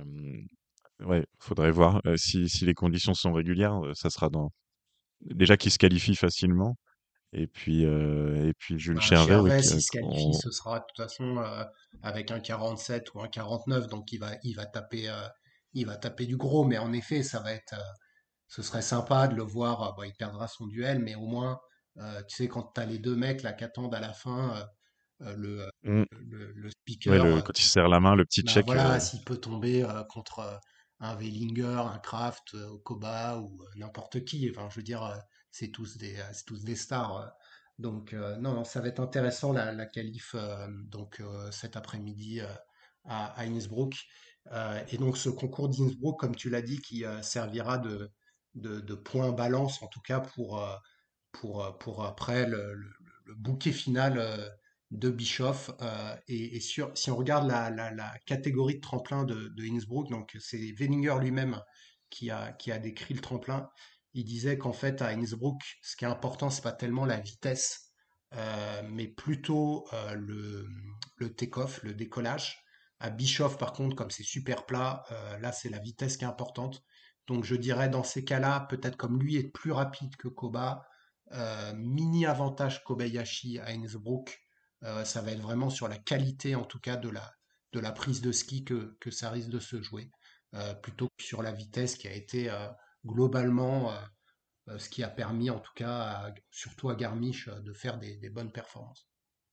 ouais, faudrait voir euh, si, si les conditions sont régulières. euh, Ça sera dans déjà qui se qualifie facilement. Et puis, euh, et puis Jules Bah, Chervet, oui, Chervais, qui, s'il euh, se qualifie, on- ce sera de toute façon euh, avec un quarante-sept ou un quarante-neuf, donc il va, il va taper, euh, il va taper du gros. Mais en effet, ça va être, euh, ce serait sympa de le voir. euh, bon, il perdra son duel, mais au moins, euh, tu sais, quand tu as les deux mecs là qui attendent à la fin, euh, euh, le, euh, Mm. le, le Ouais, speaker. le, euh, quand il serre la main, le petit Bah check. voilà, euh, s'il peut tomber euh, contre euh, un Wellinger, un Kraft, euh, Koba ou euh, n'importe qui. Enfin, je veux dire, euh, c'est tous des, euh, c'est tous des stars. euh. Donc, euh, non, non, ça va être intéressant la, la qualif euh, donc euh, cet après-midi euh, à, à Innsbruck. Euh, et donc, ce concours d'Innsbruck, comme tu l'as dit, qui euh, servira de, de, de point balance, en tout cas pour, euh, pour, euh, pour après le, le- le bouquet final euh, de Bischoff. Euh, et, et sur, si on regarde la, la- la catégorie de tremplin de, de Innsbruck, donc c'est Wellinger lui-même qui a, qui a décrit le tremplin. Il disait qu'en fait à Innsbruck, ce qui est important, c'est pas tellement la vitesse, euh, mais plutôt euh, le, le take-off, le décollage. À Bischoff, par contre, comme c'est super plat, euh, là c'est la vitesse qui est importante. Donc je dirais dans ces cas-là, peut-être comme lui est plus rapide que Koba, euh, mini avantage Kobayashi à Innsbruck. Euh, ça va être vraiment sur la qualité, en tout cas, de la, de la prise de ski que, que ça risque de se jouer, euh, plutôt que sur la vitesse qui a été euh, globalement euh, euh, ce qui a permis, en tout cas, à- surtout à Garmisch, euh, de faire des, des bonnes performances.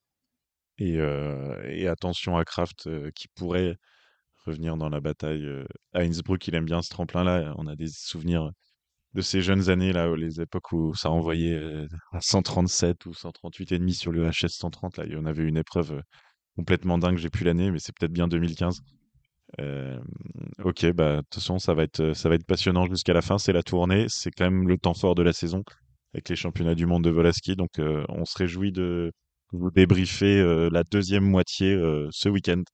et, euh, et attention à Kraft euh, qui pourrait revenir dans la bataille. euh, à Innsbruck, il aime bien ce tremplin-là. On a des souvenirs de ces jeunes années, là, où les époques où ça envoyait euh, à cent trente-sept ou cent trente-huit et demi sur le H S cent trente. Là, et on avait une épreuve euh, complètement dingue. J'ai plus l'année, mais c'est peut-être bien deux mille quinze. Euh, ok, bah, de toute façon, ça va être, ça va être passionnant jusqu'à la fin. C'est la tournée. C'est quand même le temps fort de la saison avec les championnats du monde de vol à ski. Donc, euh, on se réjouit de vous débriefer euh, la deuxième moitié euh, ce week-end.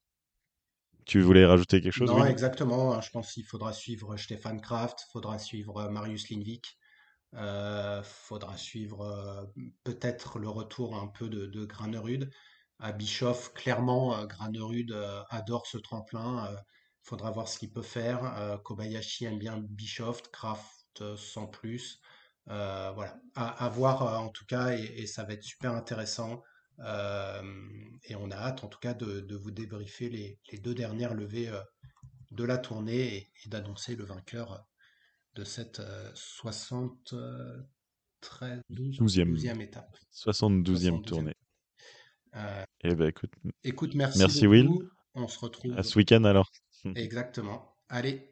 Tu voulais rajouter quelque chose, Non, Will? exactement, hein. Je pense qu'il faudra suivre Stefan Kraft, faudra suivre euh, Marius Lindvik. Euh, faudra suivre euh, peut-être le retour un peu de, de Granerud. À Bischoff, clairement, euh, Granerud euh, adore ce tremplin. Euh, faudra voir ce qu'il peut faire. Euh, Kobayashi aime bien Bischoff, Kraft euh, sans plus. Euh, voilà, à, à voir euh, en tout cas, et, et ça va être super intéressant. Euh, et on a hâte en tout cas de, de vous débriefer les, les deux dernières levées euh, de la tournée et, et d'annoncer le vainqueur de cette euh, soixante treize, douze, Douzième, douzième étape, soixante-douzième soixante-douzième. tournée. Euh, Eh ben, écoute, écoute, merci merci, Will. beaucoup. On se À retrouve ce week-end alors. exactement. Allez,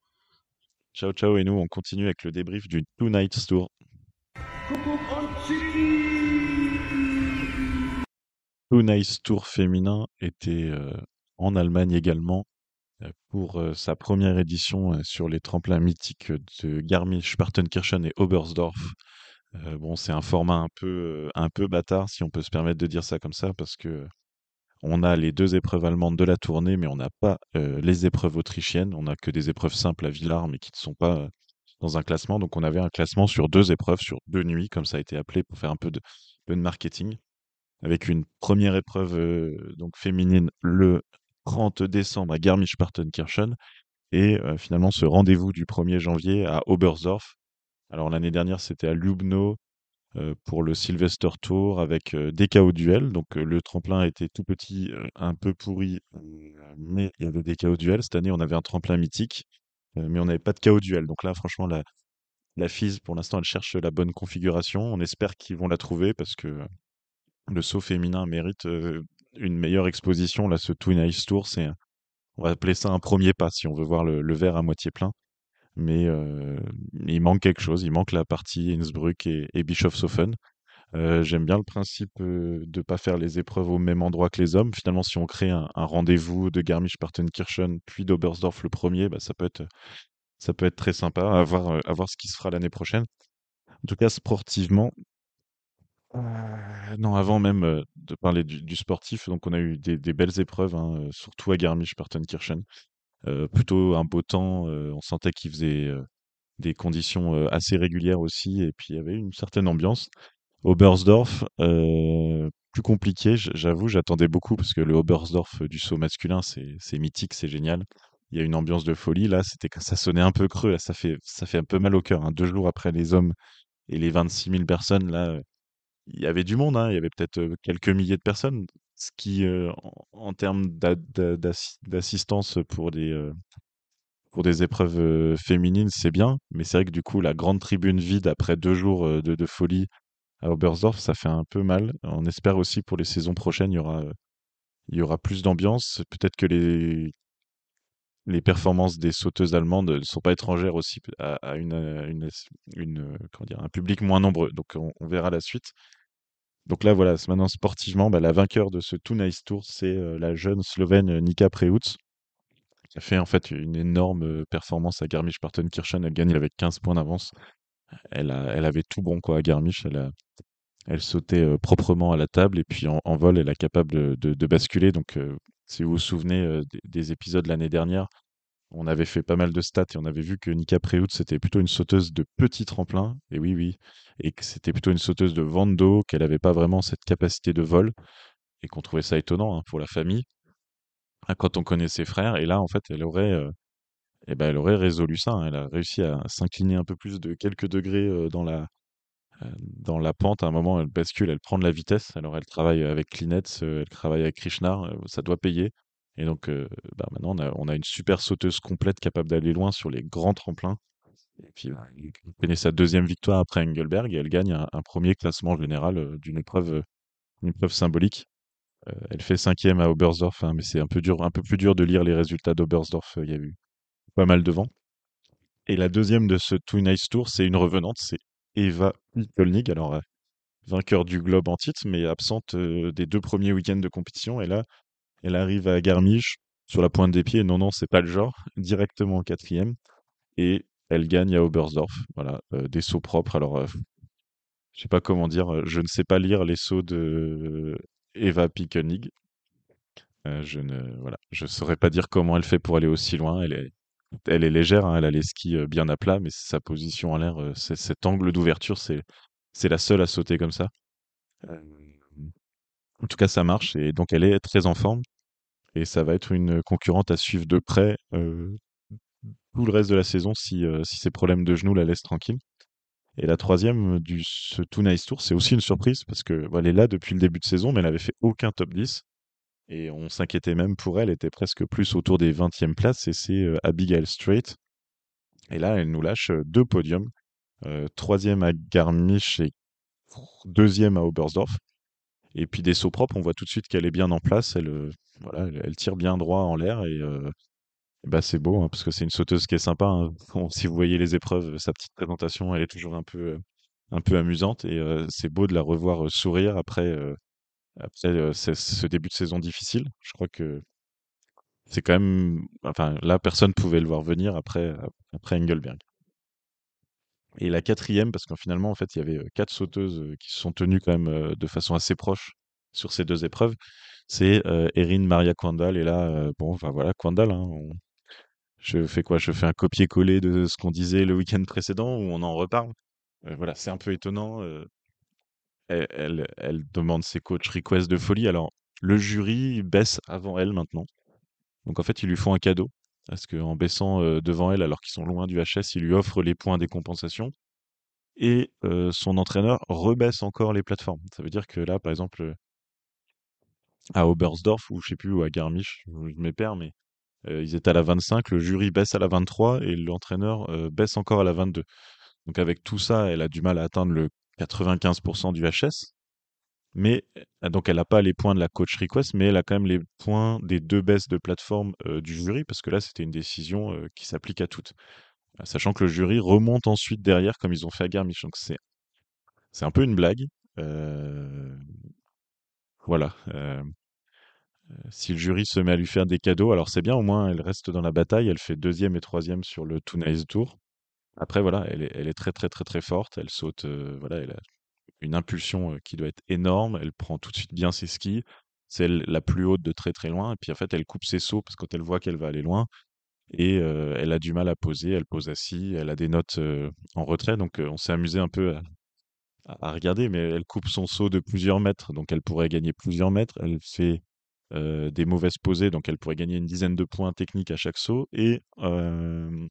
Ciao, ciao. Et nous, on continue avec le débrief du Two Nights Tour. Two Nights Tour féminin était euh, en Allemagne également euh, pour euh, sa première édition euh, sur les tremplins mythiques de Garmisch-Partenkirchen et Oberstdorf. Euh, bon, c'est un format un peu, euh, un peu bâtard, si on peut se permettre de dire ça comme ça, parce que on a les deux épreuves allemandes de la tournée, mais on n'a pas euh, les épreuves autrichiennes. On n'a que des épreuves simples à Villars, mais qui ne sont pas euh, dans un classement. Donc on avait un classement sur deux épreuves, sur deux nuits, comme ça a été appelé, pour faire un peu de, peu de marketing, avec une première épreuve euh, donc féminine le trente décembre à Garmisch-Partenkirchen, et euh, finalement ce rendez-vous du premier janvier à Oberstdorf. Alors l'année dernière, c'était à Lubno euh, pour le Sylvester Tour avec euh, des K O duels. Donc euh, le tremplin était tout petit, euh, un peu pourri, euh, mais il y avait des K O duels. Cette année, on avait un tremplin mythique, euh, mais on n'avait pas de K O duel. Donc là, franchement, la, la F I S, pour l'instant, elle cherche la bonne configuration. On espère qu'ils vont la trouver parce que euh, le saut féminin mérite euh, une meilleure exposition. Là, ce Twin Ice Tour, c'est, un- on va appeler ça un premier pas si on veut voir le, le verre à moitié plein. Mais euh, il manque quelque chose. Il manque la partie Innsbruck et, et Bischofshofen. Euh, j'aime bien le principe euh, de pas faire les épreuves au même endroit que les hommes. Finalement, si on crée un, un rendez-vous de Garmisch-Partenkirchen puis d'Oberstdorf le premier, bah, ça peut être, ça peut être très sympa à voir, euh, à voir ce qui se fera l'année prochaine. En tout cas, sportivement, euh, non, avant même euh, de parler du, du sportif, donc on a eu des, des belles épreuves, hein, euh, surtout à Garmisch-Partenkirchen. Euh, plutôt un beau temps, euh, on sentait qu'il faisait euh, des conditions euh, assez régulières aussi, et puis il y avait une certaine ambiance. Oberstdorf, euh, plus compliqué, j- j'avoue, j'attendais beaucoup parce que le Oberstdorf euh, du saut masculin, c'est c'est mythique, c'est génial. Il y a une ambiance de folie. Là, c'était que ça sonnait un peu creux. Là, ça fait ça fait un peu mal au cœur, hein. Deux jours après les hommes et les vingt-six mille personnes, là, euh, il y avait du monde, hein. Il y avait peut-être euh, quelques milliers de personnes, ce qui, euh, en, en termes d'a- d'a- d'assi- d'assistance pour des euh, pour des épreuves euh, féminines, c'est bien. Mais c'est vrai que du coup, la grande tribune vide après deux jours euh, de, de folie à Oberstdorf, ça fait un peu mal. On espère aussi pour les saisons prochaines, il y aura, il y aura plus d'ambiance. Peut-être que les, les performances des sauteuses allemandes ne sont pas étrangères aussi à, à une, à une, une, euh, comment dire, un public moins nombreux. Donc on, on verra la suite. Donc là, voilà, c'est maintenant sportivement, bah, la vainqueur de ce Too Nice Tour, c'est euh, la jeune Slovène euh, Nika Preutz, qui a fait en fait une énorme euh, performance à Garmisch-Partenkirchen. Elle gagne avec quinze points d'avance. Elle a, elle avait tout bon quoi à Garmisch. Elle a, elle sautait euh, proprement à la table et puis en, en vol, elle est capable de, de- de basculer. Donc, euh, si vous vous souvenez euh, des, des épisodes l'année dernière, on avait fait pas mal de stats et on avait vu que Nika Preutz c'était plutôt une sauteuse de petit tremplin. Et oui, oui, et que c'était plutôt une sauteuse de vente d'eau, qu'elle n'avait pas vraiment cette capacité de vol et qu'on trouvait ça étonnant hein, pour la famille hein, quand on connaît ses frères. Et là, en fait, elle aurait, euh, eh ben, elle aurait résolu ça, hein. Elle a réussi à s'incliner un peu plus de quelques degrés euh, dans la euh, dans la pente. À un moment, elle bascule, elle prend de la vitesse. Alors, elle travaille avec Klinetz, euh, elle travaille avec Krishnar, euh, ça doit payer. Et donc, euh, bah, maintenant, on a, on a une super sauteuse complète capable d'aller loin sur les grands tremplins. Et puis, bah, elle connaît sa deuxième victoire après Engelberg et elle gagne un, un premier classement général euh, d'une épreuve, euh, une épreuve symbolique. Euh, elle fait cinquième à Oberstdorf, hein, mais c'est un peu dur, un peu plus dur de lire les résultats d'Oberstdorf. euh, Il y a eu pas mal de vent. Et la deuxième de ce Two Nice Tour, c'est une revenante, c'est Eva Pikelnig. Alors, euh, vainqueur du globe en titre, mais absente euh, des deux premiers week-ends de compétition. Et là, elle arrive à Garmisch sur la pointe des pieds. Non, non, c'est pas le genre. Directement en quatrième. Et elle gagne à Oberstdorf. Voilà, euh, des sauts propres. Alors, euh, je sais pas comment dire. euh, Je ne sais pas lire les sauts de Eva Pikelnig. Euh, je ne, voilà, je saurais pas dire comment elle fait pour aller aussi loin. Elle est, elle est légère, hein, elle a les skis euh, bien à plat, mais sa position en l'air, euh, c'est- cet angle d'ouverture, c'est, c'est la seule à sauter comme ça. Euh, En tout cas, ça marche et donc elle est très en forme et ça va être une concurrente à suivre de près euh, tout le reste de la saison si, euh, si ses problèmes de genoux la laissent tranquille. Et la troisième du ce Too Nice Tour, c'est aussi une surprise parce que bon, elle est là depuis le début de saison, mais elle avait fait aucun top dix et on s'inquiétait même pour elle, elle était presque plus autour des vingtièmes places et c'est euh, Abigail Strait. Et là, elle nous lâche euh, deux podiums, euh, troisième à Garmisch et deuxième à Oberstdorf. Et puis des sauts propres, on voit tout de suite qu'elle est bien en place. Elle, euh, voilà, elle, elle tire bien droit en l'air et, euh, et bah c'est beau hein, parce que c'est une sauteuse qui est sympa, hein. Bon, si vous voyez les épreuves, sa petite présentation, elle est toujours un peu, euh, un peu amusante et euh, c'est beau de la revoir euh, sourire après, euh, après euh, ce ce début de saison difficile. Je crois que c'est quand même, enfin là, personne pouvait le voir venir après, après Engelberg. Et la quatrième, parce qu'en finalement, en fait, il y avait euh, quatre sauteuses euh, qui se sont tenues quand même euh, de façon assez proche sur ces deux épreuves. C'est euh, Erin Maria Kwandal. Et là, euh, bon, enfin voilà, Kwandal, hein, on- je fais quoi? Je fais un copier-coller de ce qu'on disait le week-end précédent où on en reparle. Euh, voilà, c'est un peu étonnant. euh, elle, elle, elle demande ses coachs request de folie. Alors, le jury baisse avant elle maintenant. Donc, en fait, ils lui font un cadeau. Parce qu'en baissant euh, devant elle, alors qu'ils sont loin du H S, ils lui offrent les points des compensations. Et euh, son entraîneur rebaisse encore les plateformes. Ça veut dire que là, par exemple, euh, à Oberstdorf, ou je sais plus, ou à Garmisch, je je m'épère, mais euh, ils étaient à la vingt-cinq, le jury baisse à la vingt-trois et l'entraîneur euh, baisse encore à la vingt-deux. Donc avec tout ça, elle a du mal à atteindre le quatre-vingt-quinze pour cent du H S, mais euh, donc elle n'a pas les points de la coach request, mais elle a quand même les points des deux baisses de plateforme euh, du jury, parce que là, c'était une décision euh, qui s'applique à toutes. Euh, Sachant que le jury remonte ensuite derrière, comme ils ont fait à Garmisch. Donc c'est c'est un peu une blague. Euh, voilà. Euh, si le jury se met à lui faire des cadeaux, alors c'est bien, au moins elle reste dans la bataille. Elle fait deuxième et troisième sur le Too Nice Tour. Après, voilà, elle est, elle est très très très très forte. Elle saute, euh, voilà, elle a une impulsion euh, qui doit être énorme. Elle prend tout de suite bien ses skis. C'est elle la plus haute de très très loin. Et puis en fait, elle coupe ses sauts parce que quand elle voit qu'elle va aller loin. Et euh, elle a du mal à poser. Elle pose assis. Elle a des notes euh, en retrait. Donc euh, on s'est amusé un peu à, à regarder, mais elle coupe son saut de plusieurs mètres, donc elle pourrait gagner plusieurs mètres. Elle fait euh, des mauvaises posées, donc elle pourrait gagner une dizaine de points techniques à chaque saut. Et, euh,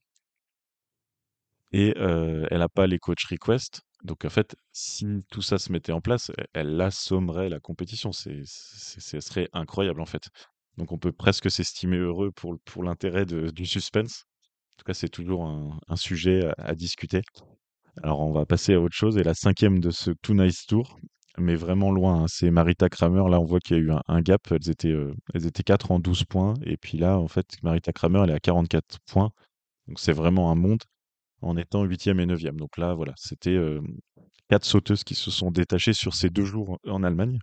et euh, elle n'a pas les coach requests. Donc en fait, si tout ça se mettait en place, e- elle assommerait la compétition. C'est, c'est- ce serait incroyable en fait. Donc on peut presque s'estimer heureux pour, pour l'intérêt de- du suspense. En tout cas, c'est toujours un, un sujet à, à discuter. Alors, on va passer à autre chose. Et la cinquième de ce Too Nice Tour, mais vraiment loin, hein, c'est Marita Kramer. Là, on voit qu'il y a eu un, un gap. Elles étaient, euh, elles étaient quatre en douze points. Et puis là, en fait, Marita Kramer, elle est à quarante-quatre points. Donc, c'est vraiment un monde en étant huitième et neuvième. Donc là, voilà, c'était euh, quatre sauteuses qui se sont détachées sur ces deux jours en Allemagne.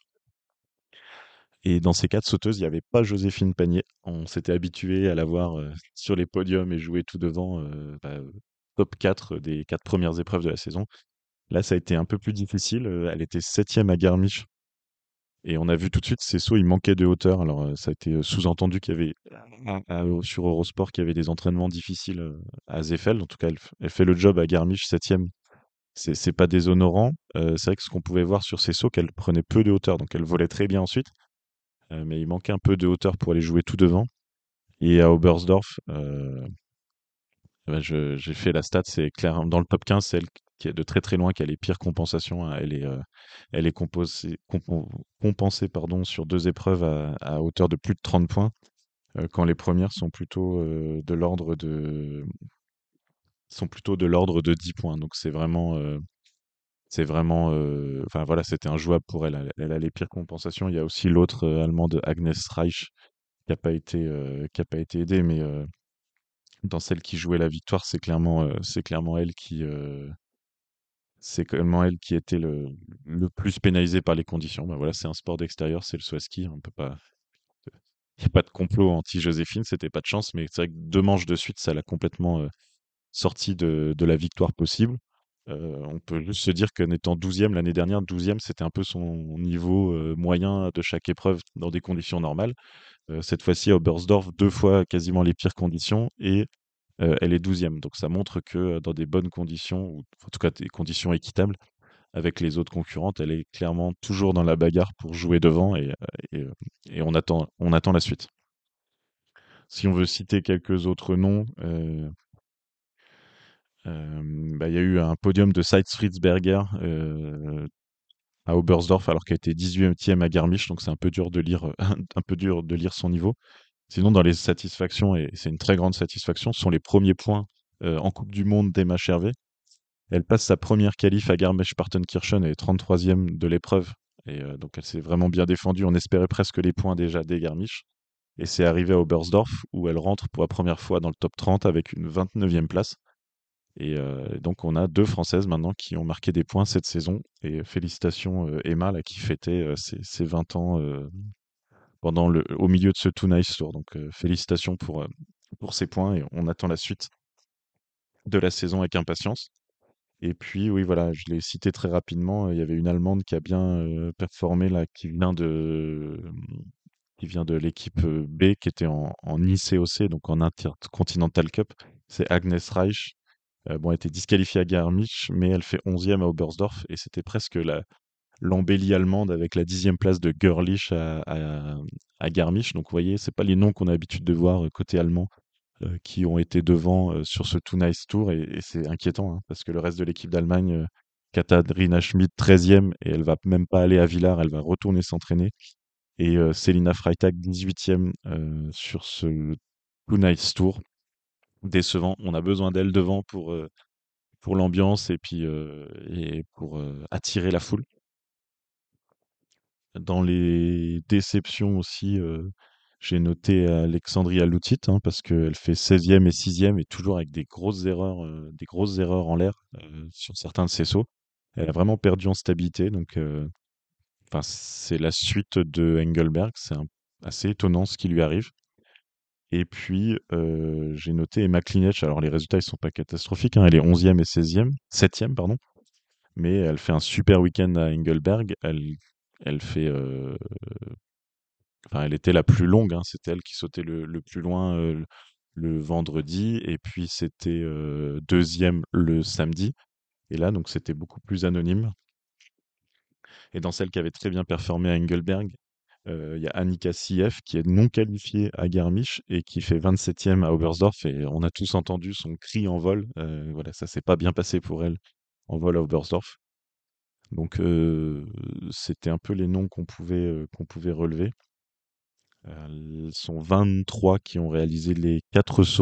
Et dans ces quatre sauteuses, il n'y avait pas Joséphine Panier. On s'était habitué à la voir euh, sur les podiums et jouer tout devant, euh, bah, euh, top quatre des quatre premières épreuves de la saison. Là, ça a été un peu plus difficile. euh, Elle était septième à Garmisch. Et on a vu tout de suite, ces sauts, ils manquaient de hauteur. Alors, euh, ça a été euh, sous-entendu qu'il y avait, à- à- sur Eurosport, qu'il y avait des entraînements difficiles euh, à Zeffel. En tout cas, elle, f- elle fait le job à Garmisch, septième. C'est c'est pas déshonorant. Euh, c'est vrai que ce qu'on pouvait voir sur ces sauts, qu'elle prenait peu de hauteur. Donc, elle volait très bien ensuite. Euh, mais il manquait un peu de hauteur pour aller jouer tout devant. Et à Oberstdorf, euh, bah, je- j'ai fait la stat, c'est clair. Dans le top quinze, c'est elle qui est de très très loin qui a les pires compensations, hein. Elle est, euh, elle est composée- compo- compensée pardon, sur deux épreuves à, à hauteur de plus de trente points, euh, quand les premières sont plutôt euh, de l'ordre de sont plutôt de l'ordre de dix points. Donc c'est vraiment euh, c'est vraiment euh, enfin voilà, c'était injouable pour elle. Elle, elle a les pires compensations. Il y a aussi l'autre euh, allemande Agnes Reich qui a pas été euh, qui a pas été aidée, mais euh, dans celle qui jouait la victoire, c'est clairement euh, c'est clairement elle qui euh, c'est clairement elle qui était le, le plus pénalisée par les conditions. Bah voilà, c'est un sport d'extérieur, c'est le saut à ski. On peut pas, il n'y a pas de complot anti-Joséphine, c'était pas de chance, mais c'est vrai que deux manches de suite, ça l'a complètement euh, sortie de, de la victoire possible. Euh, on peut juste se dire qu'en étant douzième l'année dernière, douzième, c'était un peu son niveau euh, moyen de chaque épreuve dans des conditions normales. Euh, cette fois-ci, à Oberstdorf, deux fois quasiment les pires conditions et euh, elle est douzième. Donc ça montre que euh, dans des bonnes conditions, ou en tout cas des conditions équitables, avec les autres concurrentes, elle est clairement toujours dans la bagarre pour jouer devant et, euh, et, euh, et on attend, on attend la suite. Si on veut citer quelques autres noms, euh, euh, bah, il y a eu un podium de Seitz Fritzberger euh, à Oberstdorf alors qu'elle était dix-huitième à Garmisch, donc c'est un peu dur de lire, un peu dur de lire son niveau. Sinon, dans les satisfactions, et c'est une très grande satisfaction, ce sont les premiers points euh, en Coupe du Monde d'Emma Chervé. Elle passe sa première qualif à Garmisch-Partenkirchen et est trente-troisième de l'épreuve. Et euh, donc elle s'est vraiment bien défendue. On espérait presque les points déjà dès Garmisch. Et c'est arrivé à Oberstdorf où elle rentre pour la première fois dans le top trente avec une vingt-neuvième place. Et euh, donc on a deux Françaises maintenant qui ont marqué des points cette saison. Et félicitations euh, Emma là, qui fêtait euh, ses, ses vingt ans euh, pendant le, au milieu de ce Too Nice Tour. Donc euh, félicitations pour, euh, pour ces points et on attend la suite de la saison avec impatience. Et puis, oui, voilà, je l'ai cité très rapidement. Il y avait une Allemande qui a bien euh, performé là, qui vient de, qui vient de l'équipe euh, B, qui était en, en I C O C, donc en Intercontinental Cup. C'est Agnes Reich. Euh, bon, elle était disqualifiée à Garmisch, mais elle fait onzième à Oberstdorf et c'était presque la, l'embellie allemande avec la dixième place de Görlich à, à, à Garmisch. Donc, vous voyez, c'est pas les noms qu'on a l'habitude de voir euh, côté allemand euh, qui ont été devant euh, sur ce Too Nice Tour et, et c'est inquiétant hein, parce que le reste de l'équipe d'Allemagne, euh, Katharina Schmid treizième et elle va même pas aller à Villars, elle va retourner s'entraîner et euh, Selina Freitag dix-huitième euh, sur ce Too Nice Tour. Décevant, on a besoin d'elle devant pour, euh, pour l'ambiance et puis euh, et pour euh, attirer la foule. Dans les déceptions aussi, euh, j'ai noté Alexandria Lutit, hein, parce qu'elle fait seizième et sixième et toujours avec des grosses erreurs, euh, des grosses erreurs en l'air euh, sur certains de ses sauts. Elle a vraiment perdu en stabilité, donc euh, enfin, c'est la suite de Engelberg, c'est un- assez étonnant ce qui lui arrive. Et puis euh, j'ai noté Emma Klinech, alors les résultats ils sont pas catastrophiques, hein, elle est onzième et seizième, septième pardon, mais elle fait un super week-end à Engelberg. Elle, elle fait euh, Enfin, elle était la plus longue, hein, c'était elle qui sautait le, le plus loin euh, le le vendredi, et puis c'était euh, deuxième le samedi. Et là, donc c'était beaucoup plus anonyme. Et dans celle qui avait très bien performé à Engelberg, euh, il y a Annika Sief qui est non qualifiée à Garmisch et qui fait vingt-septième à Oberstdorf. Et on a tous entendu son cri en vol. Euh, voilà, ça s'est pas bien passé pour elle en vol à Oberstdorf. Donc euh, c'était un peu les noms qu'on pouvait, euh, qu'on pouvait relever. Euh, Ils sont vingt-trois qui ont réalisé les quatre sauts.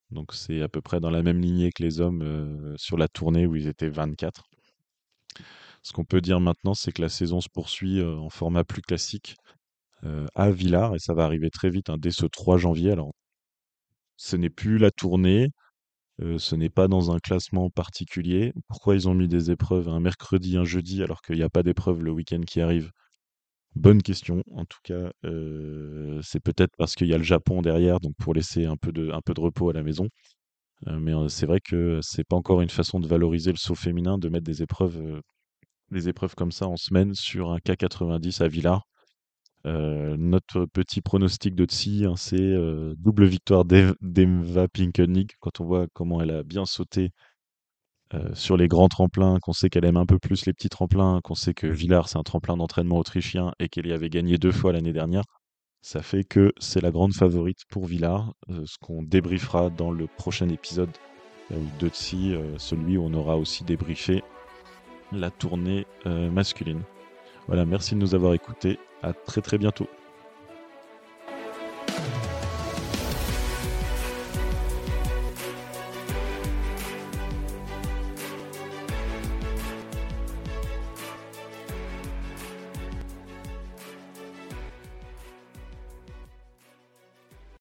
Donc c'est à peu près dans la même lignée que les hommes euh, sur la tournée où ils étaient vingt-quatre. Ce qu'on peut dire maintenant, c'est que la saison se poursuit euh, en format plus classique euh, à Villars et ça va arriver très vite, hein, dès ce trois janvier. Alors, ce n'est plus la tournée, euh, ce n'est pas dans un classement particulier. Pourquoi ils ont mis des épreuves un mercredi, un jeudi, alors qu'il n'y a pas d'épreuve le week-end qui arrive? Bonne question. En tout cas, euh, c'est peut-être parce qu'il y a le Japon derrière, donc pour laisser un peu de, un peu de repos à la maison. Euh, mais euh, c'est vrai que c'est pas encore une façon de valoriser le saut féminin, de mettre des épreuves, euh, des épreuves comme ça en semaine sur un K quatre-vingt-dix à Villars. Euh, notre petit pronostic de Tsi, hein, c'est euh, double victoire d'Ev- d'Emva Pinkelnick. Quand on voit comment elle a bien sauté euh, sur les grands tremplins, qu'on sait qu'elle aime un peu plus les petits tremplins, qu'on sait que Villars c'est un tremplin d'entraînement autrichien et qu'elle y avait gagné deux fois l'année dernière, ça fait que c'est la grande favorite pour Villars, euh, ce qu'on débriefera dans le prochain épisode euh, de Tsi, euh, celui où on aura aussi débriefé la tournée euh, masculine. Voilà, merci de nous avoir écoutés. À très très bientôt.